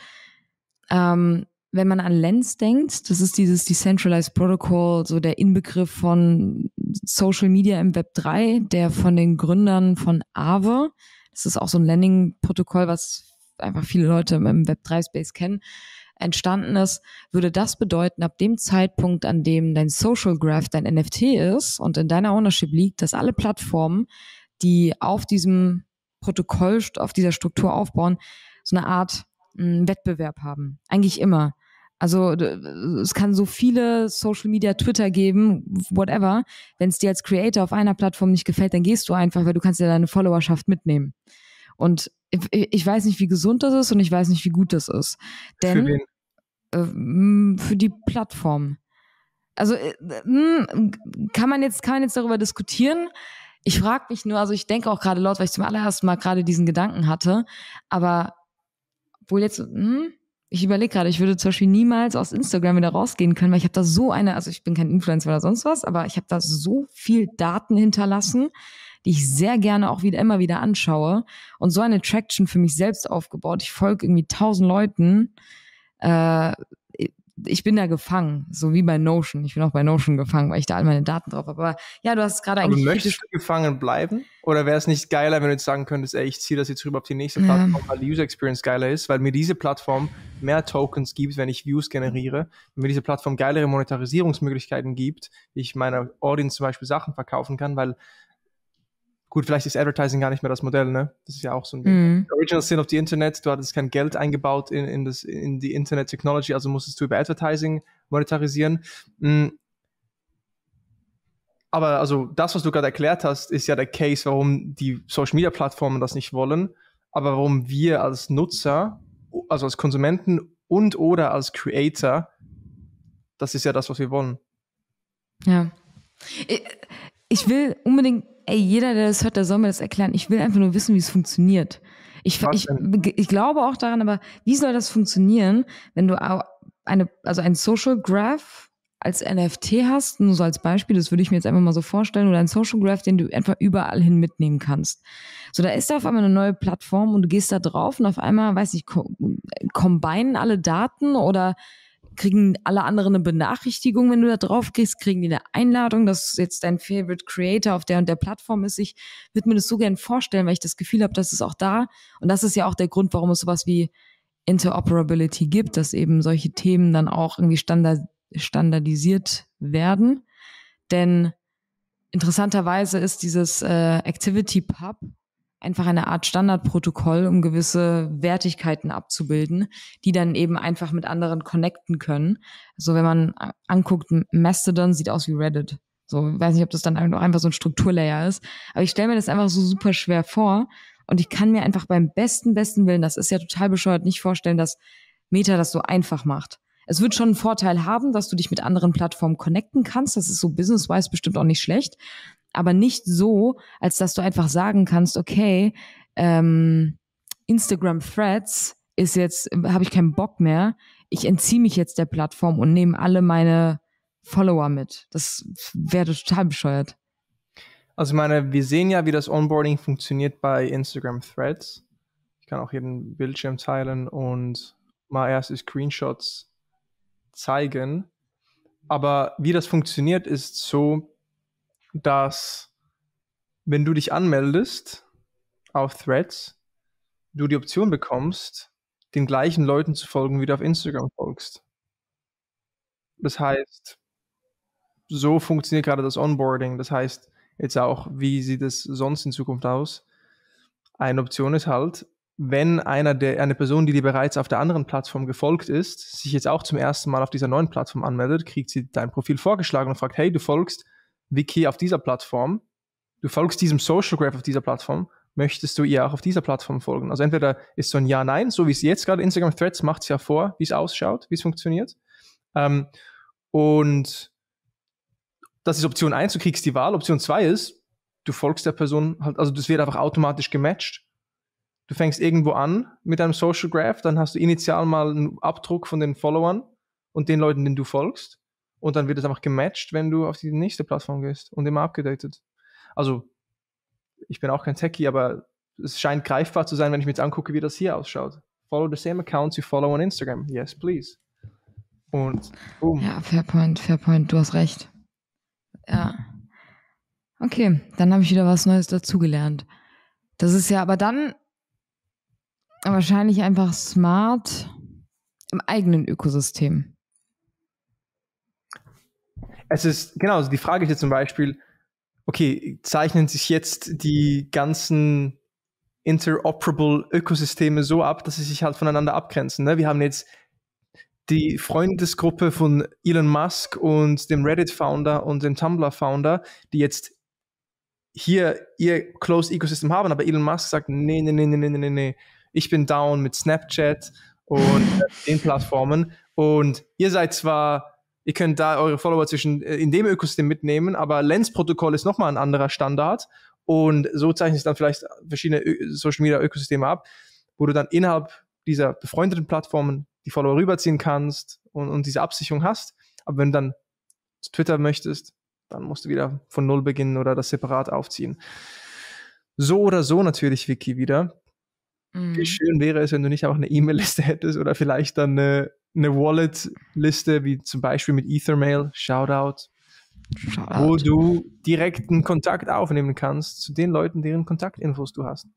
wenn man an Lens denkt, das ist dieses Decentralized Protocol, so der Inbegriff von Social Media im Web 3, der von den Gründern von Aave, das ist auch so ein Landing-Protokoll, was einfach viele Leute im Web 3-Space kennen, entstanden ist, würde das bedeuten, ab dem Zeitpunkt, an dem dein Social Graph dein NFT ist und in deiner Ownership liegt, dass alle Plattformen, die auf diesem Protokoll, auf dieser Struktur aufbauen, so eine Art Wettbewerb haben. Eigentlich immer. Also es kann so viele Social Media, Twitter geben, whatever. Wenn es dir als Creator auf einer Plattform nicht gefällt, dann gehst du einfach, weil du kannst ja deine Followerschaft mitnehmen. Und ich weiß nicht, wie gesund das ist und ich weiß nicht, wie gut das ist. Denn Für wen? Für die Plattform. Also kann man jetzt darüber diskutieren. Ich frage mich nur, also ich denke auch gerade laut, weil ich zum allerersten Mal gerade diesen Gedanken hatte, aber wohl jetzt, ich überlege gerade, ich würde zum Beispiel niemals aus Instagram wieder rausgehen können, weil ich habe da so also ich bin kein Influencer oder sonst was, aber ich habe da so viel Daten hinterlassen, die ich sehr gerne auch immer wieder anschaue und so eine Traction für mich selbst aufgebaut. Ich folge irgendwie 1000 Leuten, ich bin da gefangen, so wie bei Notion. Ich bin auch bei Notion gefangen, weil ich da all meine Daten drauf habe. Aber ja, du hast es gerade eigentlich... Aber möchtest du gefangen bleiben? Oder wäre es nicht geiler, wenn du jetzt sagen könntest, ich ziehe das jetzt rüber auf die nächste Plattform, weil die User Experience geiler ist, weil mir diese Plattform mehr Tokens gibt, wenn ich Views generiere, wenn mir diese Plattform geilere Monetarisierungsmöglichkeiten gibt, wie ich meiner Audience zum Beispiel Sachen verkaufen kann, weil gut, vielleicht ist Advertising gar nicht mehr das Modell, ne? Das ist ja auch so ein Ding. Original Sin of the Internet, du hattest kein Geld eingebaut in die Internet Technology, also musstest du über Advertising monetarisieren. Aber also das, was du gerade erklärt hast, ist ja der Case, warum die Social Media Plattformen das nicht wollen, aber warum wir als Nutzer, also als Konsumenten und oder als Creator, das ist ja das, was wir wollen. Ja. Ich will unbedingt, jeder, der das hört, der soll mir das erklären. Ich will einfach nur wissen, wie es funktioniert. Ich glaube auch daran, aber wie soll das funktionieren, wenn du ein Social Graph als NFT hast, nur so als Beispiel, das würde ich mir jetzt einfach mal so vorstellen, oder ein Social Graph, den du einfach überall hin mitnehmen kannst. So, da ist da auf einmal eine neue Plattform und du gehst da drauf und auf einmal, weiß ich, combinen alle Daten oder kriegen alle anderen eine Benachrichtigung, wenn du da drauf gehst, kriegen die eine Einladung, dass jetzt dein Favorite Creator auf der und der Plattform ist. Ich würde mir das so gern vorstellen, weil ich das Gefühl habe, das ist auch da. Und das ist ja auch der Grund, warum es sowas wie Interoperability gibt, dass eben solche Themen dann auch irgendwie standardisiert werden. Denn interessanterweise ist dieses Activity Pub einfach eine Art Standardprotokoll, um gewisse Wertigkeiten abzubilden, die dann eben einfach mit anderen connecten können. Also wenn man anguckt, Mastodon sieht aus wie Reddit. So, ich weiß nicht, ob das dann einfach so ein Strukturlayer ist. Aber ich stelle mir das einfach so super schwer vor. Und ich kann mir einfach beim besten Willen, das ist ja total bescheuert, nicht vorstellen, dass Meta das so einfach macht. Es wird schon einen Vorteil haben, dass du dich mit anderen Plattformen connecten kannst. Das ist so business-wise bestimmt auch nicht schlecht. Aber nicht so, als dass du einfach sagen kannst, okay, Instagram Threads ist jetzt, habe ich keinen Bock mehr. Ich entziehe mich jetzt der Plattform und nehme alle meine Follower mit. Das wäre total bescheuert. Also ich meine, wir sehen ja, wie das Onboarding funktioniert bei Instagram Threads. Ich kann auch hier den Bildschirm teilen und mal erste Screenshots zeigen. Aber wie das funktioniert, ist so, dass wenn du dich anmeldest auf Threads, du die Option bekommst, den gleichen Leuten zu folgen, wie du auf Instagram folgst. Das heißt, so funktioniert gerade das Onboarding. Das heißt, jetzt auch, wie sieht es sonst in Zukunft aus? Eine Option ist halt, wenn eine Person, die dir bereits auf der anderen Plattform gefolgt ist, sich jetzt auch zum ersten Mal auf dieser neuen Plattform anmeldet, kriegt sie dein Profil vorgeschlagen und fragt, hey, du folgst Vicky auf dieser Plattform, du folgst diesem Social Graph auf dieser Plattform, möchtest du ihr auch auf dieser Plattform folgen? Also entweder ist so ein Ja-Nein, so wie es jetzt gerade Instagram Threads macht es ja vor, wie es ausschaut, wie es funktioniert. Und das ist Option 1, du kriegst die Wahl. Option 2 ist, du folgst der Person halt, also das wird einfach automatisch gematcht. Du fängst irgendwo an mit einem Social Graph, dann hast du initial mal einen Abdruck von den Followern und den Leuten, denen du folgst. Und dann wird es einfach gematcht, wenn du auf die nächste Plattform gehst und immer abgedatet. Also, ich bin auch kein Techie, aber es scheint greifbar zu sein, wenn ich mir jetzt angucke, wie das hier ausschaut. Follow the same accounts you follow on Instagram. Yes, please. Und boom. Ja, fair point, du hast recht. Ja. Okay, dann habe ich wieder was Neues dazugelernt. Das ist ja aber dann wahrscheinlich einfach smart im eigenen Ökosystem. Es ist, genau, also die Frage ist jetzt zum Beispiel, okay, zeichnen sich jetzt die ganzen interoperable Ökosysteme so ab, dass sie sich halt voneinander abgrenzen. Ne? Wir haben jetzt die Freundesgruppe von Elon Musk und dem Reddit-Founder und dem Tumblr-Founder, die jetzt hier ihr Closed Ecosystem haben, aber Elon Musk sagt, nee, ich bin down mit Snapchat und den Plattformen und ihr seid zwar, ihr könnt da eure Follower in dem Ökosystem mitnehmen, aber Lens-Protokoll ist nochmal ein anderer Standard und so zeichnen sich dann vielleicht verschiedene Social-Media-Ökosysteme ab, wo du dann innerhalb dieser befreundeten Plattformen die Follower rüberziehen kannst und diese Absicherung hast. Aber wenn du dann zu Twitter möchtest, dann musst du wieder von Null beginnen oder das separat aufziehen. So oder so natürlich, Vicky, wieder. Wie schön wäre es, wenn du nicht einfach eine E-Mail-Liste hättest oder vielleicht dann eine Wallet-Liste, wie zum Beispiel mit Ethermail, Shoutout, wo du direkten Kontakt aufnehmen kannst zu den Leuten, deren Kontaktinfos du hast.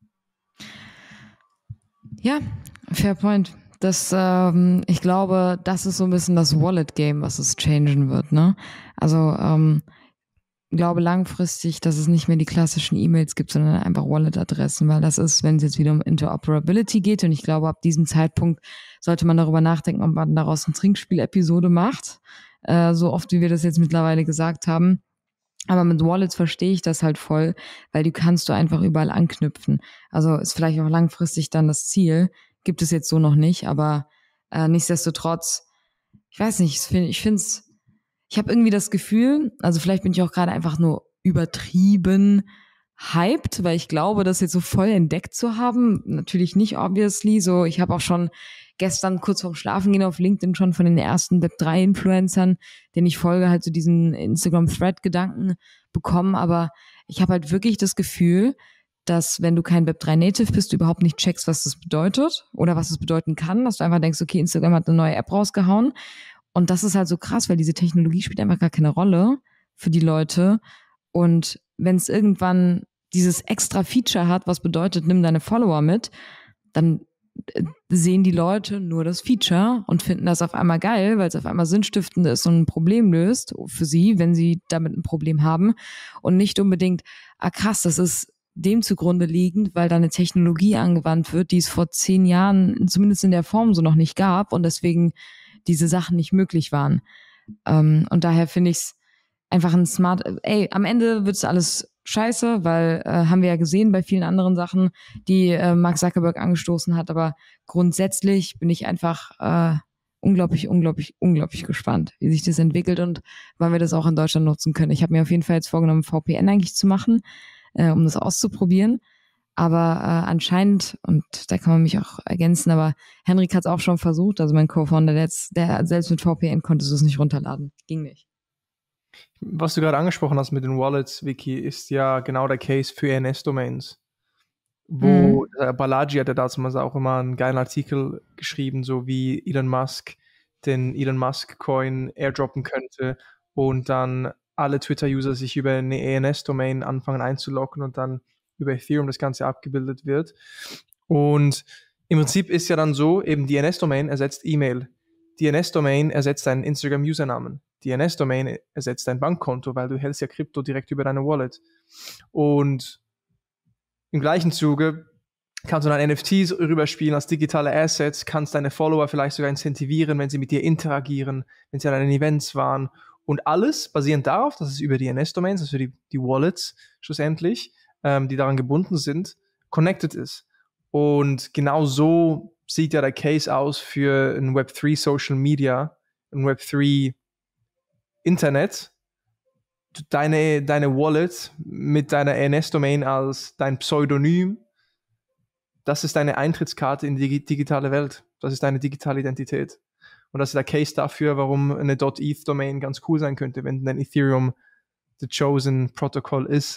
Ja, fair point. Ich glaube, das ist so ein bisschen das Wallet-Game, was es changen wird, ne? Also, ich glaube langfristig, dass es nicht mehr die klassischen E-Mails gibt, sondern einfach Wallet-Adressen, weil das ist, wenn es jetzt wieder um Interoperability geht und ich glaube, ab diesem Zeitpunkt sollte man darüber nachdenken, ob man daraus eine Trinkspiel-Episode macht, so oft wie wir das jetzt mittlerweile gesagt haben. Aber mit Wallets verstehe ich das halt voll, weil die kannst du einfach überall anknüpfen. Also ist vielleicht auch langfristig dann das Ziel. Gibt es jetzt so noch nicht, aber nichtsdestotrotz, ich weiß nicht, ich habe irgendwie das Gefühl, also vielleicht bin ich auch gerade einfach nur übertrieben hyped, weil ich glaube, das jetzt so voll entdeckt zu haben. Natürlich nicht, obviously. So, ich habe auch schon gestern kurz vorm Schlafengehen auf LinkedIn schon von den ersten Web3-Influencern, denen ich folge, halt so diesen Instagram-Thread-Gedanken bekommen. Aber ich habe halt wirklich das Gefühl, dass wenn du kein Web3-Native bist, du überhaupt nicht checkst, was das bedeutet oder was es bedeuten kann, dass du einfach denkst, okay, Instagram hat eine neue App rausgehauen. Und das ist halt so krass, weil diese Technologie spielt einfach gar keine Rolle für die Leute. Und wenn es irgendwann dieses extra Feature hat, was bedeutet, nimm deine Follower mit, dann sehen die Leute nur das Feature und finden das auf einmal geil, weil es auf einmal sinnstiftend ist und ein Problem löst für sie, wenn sie damit ein Problem haben. Und nicht unbedingt, krass, das ist dem zugrunde liegend, weil da eine Technologie angewandt wird, die es vor 10 Jahren zumindest in der Form so noch nicht gab und deswegen diese Sachen nicht möglich waren. Und daher finde ich es einfach ein am Ende wird es alles scheiße, weil haben wir ja gesehen bei vielen anderen Sachen, die Mark Zuckerberg angestoßen hat, aber grundsätzlich bin ich einfach unglaublich gespannt, wie sich das entwickelt und wann wir das auch in Deutschland nutzen können. Ich habe mir auf jeden Fall jetzt vorgenommen, VPN eigentlich zu machen, um das auszuprobieren. Aber anscheinend, und da kann man mich auch ergänzen, aber Henrik hat es auch schon versucht, also mein Co-Founder, der selbst mit VPN konntest du es nicht runterladen. Ging nicht. Was du gerade angesprochen hast mit den Wallets, Vicky, ist ja genau der Case für ENS-Domains. Wo Balaji hat ja damals auch immer einen geilen Artikel geschrieben, so wie Elon Musk den Elon Musk-Coin airdroppen könnte und dann alle Twitter-User sich über eine ENS-Domain anfangen einzuloggen und dann über Ethereum das Ganze abgebildet wird. Und im Prinzip ist ja dann so, eben die ENS-Domain ersetzt E-Mail. Die ENS-Domain ersetzt deinen Instagram-Usernamen. Die ENS-Domain ersetzt dein Bankkonto, weil du hältst ja Krypto direkt über deine Wallet. Und im gleichen Zuge kannst du dann NFTs rüberspielen als digitale Assets, kannst deine Follower vielleicht sogar incentivieren, wenn sie mit dir interagieren, wenn sie an deinen Events waren. Und alles basierend darauf, dass es über die ENS-Domains, also die Wallets schlussendlich, die daran gebunden sind, connected ist. Und genau so sieht ja der Case aus für ein Web3 Social Media, ein Web3 Internet. Deine Wallet mit deiner ENS-Domain als dein Pseudonym, das ist deine Eintrittskarte in die digitale Welt. Das ist deine digitale Identität. Und das ist der Case dafür, warum eine .eth-Domain ganz cool sein könnte, wenn dein Ethereum the chosen Protocol ist.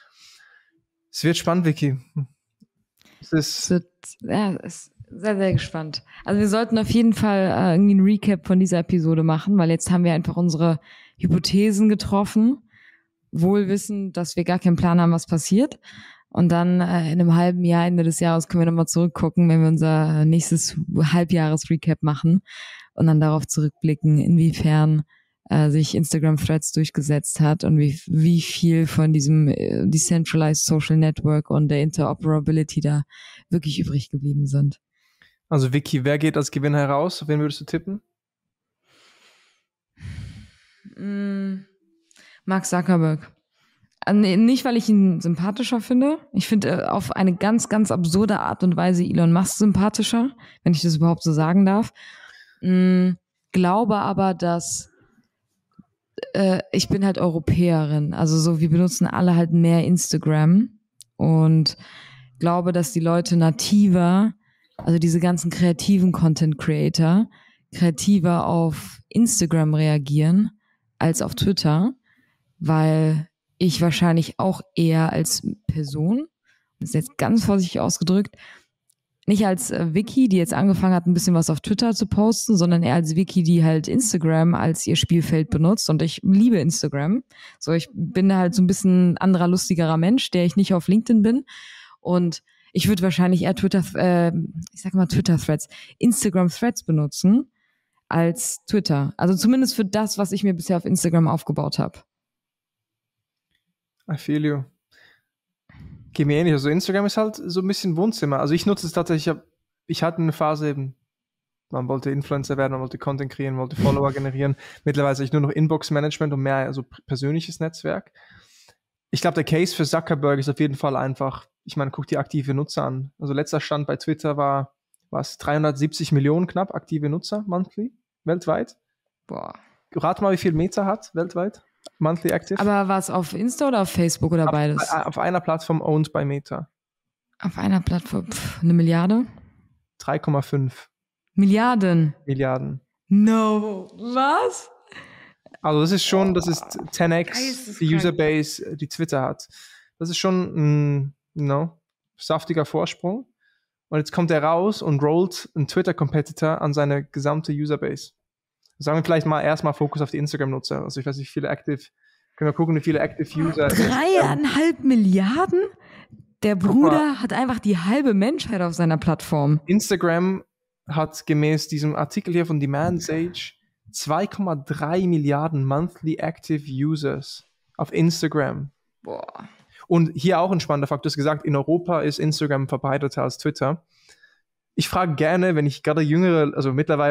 Es wird spannend, Vicky. Es ist sehr, sehr gespannt. Also wir sollten auf jeden Fall irgendwie einen Recap von dieser Episode machen, weil jetzt haben wir einfach unsere Hypothesen getroffen, wohl wissend, dass wir gar keinen Plan haben, was passiert. Und dann in einem halben Jahr, Ende des Jahres, können wir nochmal zurückgucken, wenn wir unser nächstes Halbjahres-Recap machen und dann darauf zurückblicken, inwiefern sich Instagram-Threads durchgesetzt hat und wie viel von diesem Decentralized Social Network und der Interoperability da wirklich übrig geblieben sind. Also Vicky, wer geht als Gewinner heraus? Auf wen würdest du tippen? Mark Zuckerberg. Nicht, weil ich ihn sympathischer finde. Ich finde auf eine ganz, ganz absurde Art und Weise Elon Musk sympathischer, wenn ich das überhaupt so sagen darf. Glaube aber, dass ich bin halt Europäerin. Also so, wir benutzen alle halt mehr Instagram und glaube, dass die Leute nativer, also diese ganzen kreativen Content Creator, kreativer auf Instagram reagieren als auf Twitter, weil ich wahrscheinlich auch eher als Person, das ist jetzt ganz vorsichtig ausgedrückt, nicht als Vicky, die jetzt angefangen hat, ein bisschen was auf Twitter zu posten, sondern eher als Vicky, die halt Instagram als ihr Spielfeld benutzt. Und ich liebe Instagram. So, ich bin halt so ein bisschen anderer, lustigerer Mensch, der ich nicht auf LinkedIn bin. Und ich würde wahrscheinlich eher Twitter-Threads, Instagram-Threads benutzen als Twitter. Also zumindest für das, was ich mir bisher auf Instagram aufgebaut habe. I feel you. Geht mir ähnlich. Also Instagram ist halt so ein bisschen Wohnzimmer. Also ich nutze es tatsächlich, ich hatte eine Phase eben, man wollte Influencer werden, man wollte Content kreieren, man wollte Follower generieren. Mittlerweile habe ich nur noch Inbox-Management und mehr also persönliches Netzwerk. Ich glaube, der Case für Zuckerberg ist auf jeden Fall einfach, ich meine, guck die aktive Nutzer an. Also letzter Stand bei Twitter war es 370 Millionen knapp aktive Nutzer monthly, weltweit. Boah. Rat mal, wie viel Meta hat weltweit? Monthly Active. Aber war es auf Insta oder auf Facebook oder beides? Auf einer Plattform owned by Meta. Auf einer Plattform, 1 Milliarde? 3,5 Milliarden. No. Was? Also das ist 10x die Userbase, die Twitter hat. Das ist schon ein saftiger Vorsprung. Und jetzt kommt er raus und rollt einen Twitter-Competitor an seine gesamte Userbase. Sagen wir vielleicht mal erstmal Fokus auf die Instagram-Nutzer. Also ich weiß nicht, können wir gucken, wie viele Active User. 3,5 Milliarden? Der Bruder hat einfach die halbe Menschheit auf seiner Plattform. Instagram hat gemäß diesem Artikel hier von Demand Sage 2,3 Milliarden Monthly Active Users auf Instagram. Boah. Und hier auch ein spannender Fakt. Du hast gesagt, in Europa ist Instagram verbreiteter als Twitter. Ich frage gerne, wenn ich gerade jüngere, also mittlerweile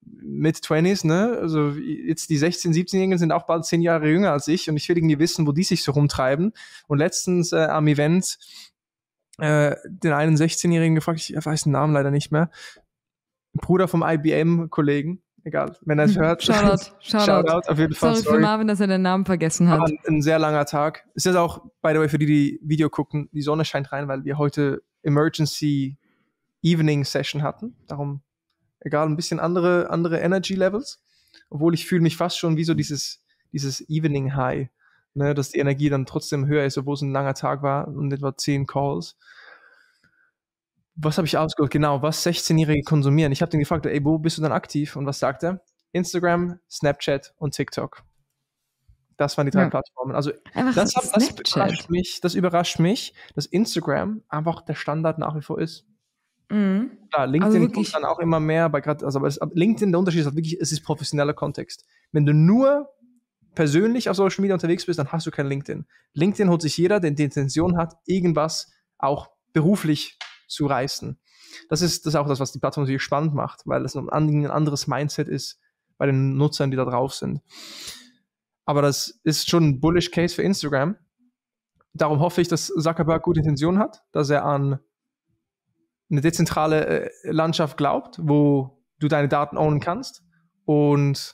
Mid-20s, ne? Also jetzt die 16-, 17-Jährigen sind auch bald 10 Jahre jünger als ich und ich will irgendwie wissen, wo die sich so rumtreiben. Und letztens am Event den einen 16-Jährigen gefragt, ich weiß den Namen leider nicht mehr, Bruder vom IBM-Kollegen, egal, wenn er es hört. Shoutout, auf jeden Fall. Sorry für Marvin, dass er den Namen vergessen hat. Aber ein sehr langer Tag. Es ist auch, by the way, für die Video gucken, die Sonne scheint rein, weil wir heute Emergency Evening Session hatten. Darum, egal, ein bisschen andere Energy Levels. Obwohl ich fühle mich fast schon wie so dieses Evening High, ne, dass die Energie dann trotzdem höher ist, obwohl es ein langer Tag war und etwa 10 Calls. Was habe ich ausgeholt? Genau, was 16-Jährige konsumieren. Ich habe den gefragt, ey, wo bist du dann aktiv? Und was sagt er? Instagram, Snapchat und TikTok. Das waren die 3 Plattformen. Also das überrascht mich, dass Instagram einfach der Standard nach wie vor ist. Mhm. Klar, LinkedIn kommt dann auch immer mehr, aber LinkedIn, der Unterschied ist halt wirklich, es ist professioneller Kontext. Wenn du nur persönlich auf Social Media unterwegs bist, dann hast du kein LinkedIn. LinkedIn holt sich jeder, der die Intention hat, irgendwas auch beruflich zu reißen. Das ist auch das, was die Plattform natürlich spannend macht, weil es ein anderes Mindset ist bei den Nutzern, die da drauf sind. Aber das ist schon ein bullish Case für Instagram. Darum hoffe ich, dass Zuckerberg gute Intentionen hat, dass er an eine dezentrale Landschaft glaubt, wo du deine Daten ownen kannst und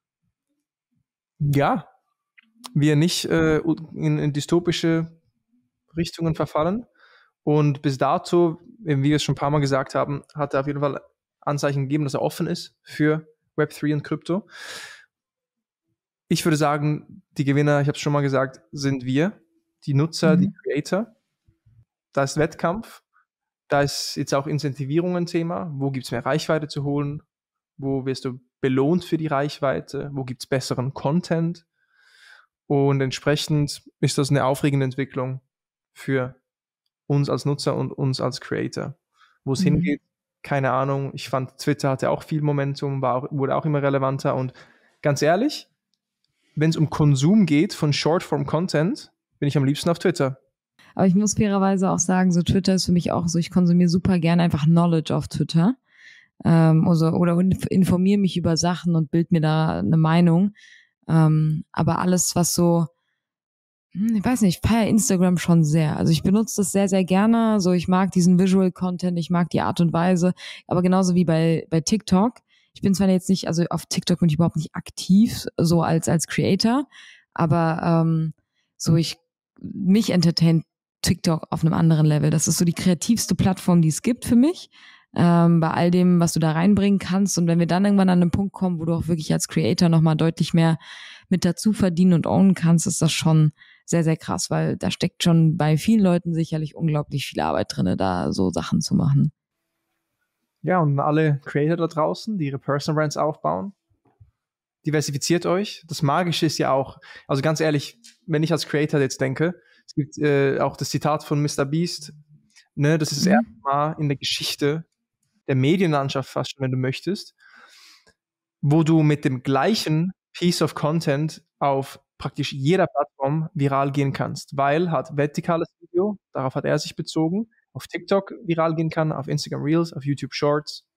ja, wir nicht in dystopische Richtungen verfallen. Und bis dato, wie wir es schon ein paar Mal gesagt haben, hat er auf jeden Fall Anzeichen gegeben, dass er offen ist für Web3 und Krypto. Ich würde sagen, die Gewinner, ich habe es schon mal gesagt, sind wir, die Nutzer, die Creator. Da ist Wettkampf, da ist jetzt auch Incentivierung ein Thema. Wo gibt es mehr Reichweite zu holen? Wo wirst du belohnt für die Reichweite? Wo gibt es besseren Content? Und entsprechend ist das eine aufregende Entwicklung für uns als Nutzer und uns als Creator. Wo es hingeht, keine Ahnung. Ich fand, Twitter hatte auch viel Momentum, wurde auch immer relevanter. Und ganz ehrlich, wenn es um Konsum geht von Short-Form-Content, bin ich am liebsten auf Twitter. Aber ich muss fairerweise auch sagen, so Twitter ist für mich auch so, ich konsumiere super gerne einfach Knowledge auf Twitter. Oder informiere mich über Sachen und bild mir da eine Meinung. Aber alles, was so, ich weiß nicht, ich feiere Instagram schon sehr. Also ich benutze das sehr, sehr gerne. So, ich mag diesen Visual Content, ich mag die Art und Weise. Aber genauso wie bei TikTok. Ich bin zwar jetzt nicht, also auf TikTok bin ich überhaupt nicht aktiv, so als Creator. Aber mich entertaint TikTok auf einem anderen Level. Das ist so die kreativste Plattform, die es gibt für mich. Bei all dem, was du da reinbringen kannst. Und wenn wir dann irgendwann an einen Punkt kommen, wo du auch wirklich als Creator nochmal deutlich mehr mit dazu verdienen und ownen kannst, ist das schon sehr, sehr krass, weil da steckt schon bei vielen Leuten sicherlich unglaublich viel Arbeit drin, da so Sachen zu machen. Ja, und alle Creator da draußen, die ihre Personal Brands aufbauen, diversifiziert euch. Das Magische ist ja auch, also ganz ehrlich, wenn ich als Creator jetzt denke, es gibt auch das Zitat von Mr. Beast, ne, das ist das erste Mal in der Geschichte der Medienlandschaft fast schon, wenn du möchtest, wo du mit dem gleichen Piece of Content auf praktisch jeder Plattform viral gehen kannst, weil hat vertikales Video, darauf hat er sich bezogen, auf TikTok viral gehen kann, auf Instagram Reels, auf YouTube Shorts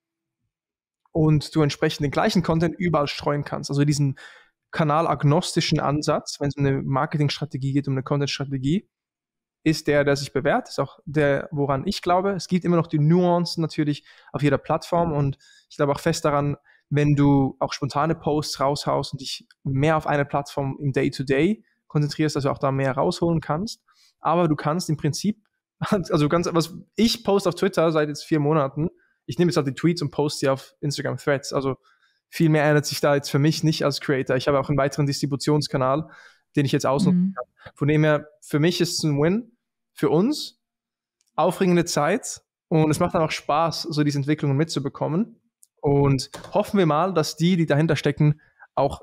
und du entsprechend den gleichen Content überall streuen kannst. Also diesen kanalagnostischen Ansatz, wenn es um eine Marketingstrategie geht, um eine Content-Strategie, ist der sich bewährt, ist auch der, woran ich glaube. Es gibt immer noch die Nuancen natürlich auf jeder Plattform und ich glaube auch fest daran, wenn du auch spontane Posts raushaust und dich mehr auf eine Plattform im Day-to-Day konzentrierst, dass du auch da mehr rausholen kannst. Aber du kannst im Prinzip, also ich poste auf Twitter seit jetzt 4 Monaten, ich nehme jetzt halt die Tweets und poste die auf Instagram Threads, also viel mehr ändert sich da jetzt für mich nicht als Creator. Ich habe auch einen weiteren Distributionskanal, den ich jetzt ausnutzen kann. Von dem her, für mich ist es ein Win, für uns, aufregende Zeit und es macht dann auch Spaß, so diese Entwicklungen mitzubekommen und hoffen wir mal, dass die dahinter stecken, auch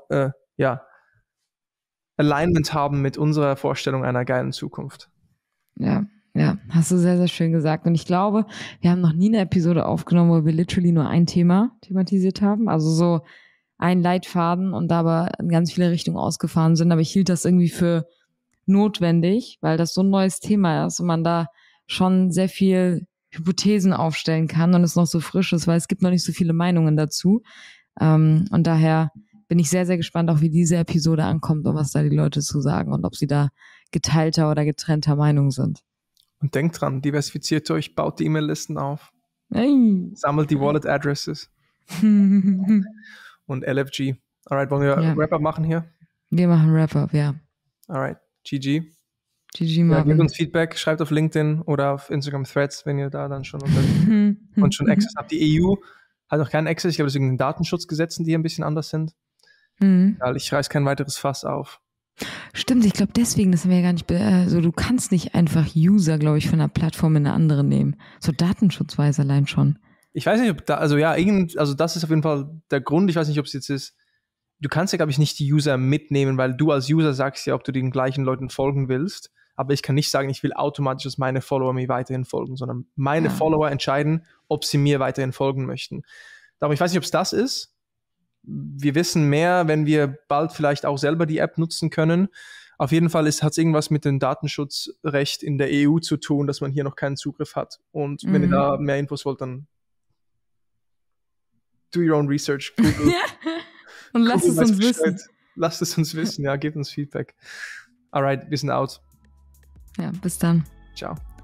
Alignment haben mit unserer Vorstellung einer geilen Zukunft. Ja, hast du sehr, sehr schön gesagt. Und ich glaube, wir haben noch nie eine Episode aufgenommen, wo wir literally nur ein Thema thematisiert haben. Also so ein Leitfaden und da aber in ganz viele Richtungen ausgefahren sind. Aber ich hielt das irgendwie für notwendig, weil das so ein neues Thema ist und man da schon sehr viel Hypothesen aufstellen kann und es noch so frisch ist, weil es gibt noch nicht so viele Meinungen dazu. Und daher bin ich sehr, sehr gespannt, auch wie diese Episode ankommt und was da die Leute zu sagen und ob sie da geteilter oder getrennter Meinung sind. Und denkt dran, diversifiziert euch, baut die E-Mail-Listen auf, Hey. sammelt die Wallet-Addresses und LFG. Alright, wollen wir Wrap-Up machen hier? Wir machen Wrap-Up, ja. Alright, GG. GG, Marvin. Gebt uns Feedback, schreibt auf LinkedIn oder auf Instagram Threads, wenn ihr da dann schon und schon Access habt. Die EU hat noch keinen Access, ich glaube, das ist irgendein Datenschutzgesetzen, die ein bisschen anders sind. Weil ich reiß kein weiteres Fass auf. Stimmt, ich glaube deswegen, das haben wir ja gar nicht, du kannst nicht einfach User, glaube ich, von einer Plattform in eine andere nehmen. So datenschutzweise allein schon. Ich weiß nicht, ob da, also das ist auf jeden Fall der Grund, ich weiß nicht, ob es jetzt ist, du kannst ja, glaube ich, nicht die User mitnehmen, weil du als User sagst ja, ob du den gleichen Leuten folgen willst, aber ich kann nicht sagen, ich will automatisch, dass meine Follower mir weiterhin folgen, sondern meine Follower entscheiden, ob sie mir weiterhin folgen möchten. Darum, ich weiß nicht, ob es das ist. Wir wissen mehr, wenn wir bald vielleicht auch selber die App nutzen können. Auf jeden Fall hat es irgendwas mit dem Datenschutzrecht in der EU zu tun, dass man hier noch keinen Zugriff hat. Und wenn ihr da mehr Infos wollt, dann do your own research. Google. Und lasst es uns wissen. Lasst es uns wissen, ja, gebt uns Feedback. Alright, wir sind out. Ja, bis dann. Ciao.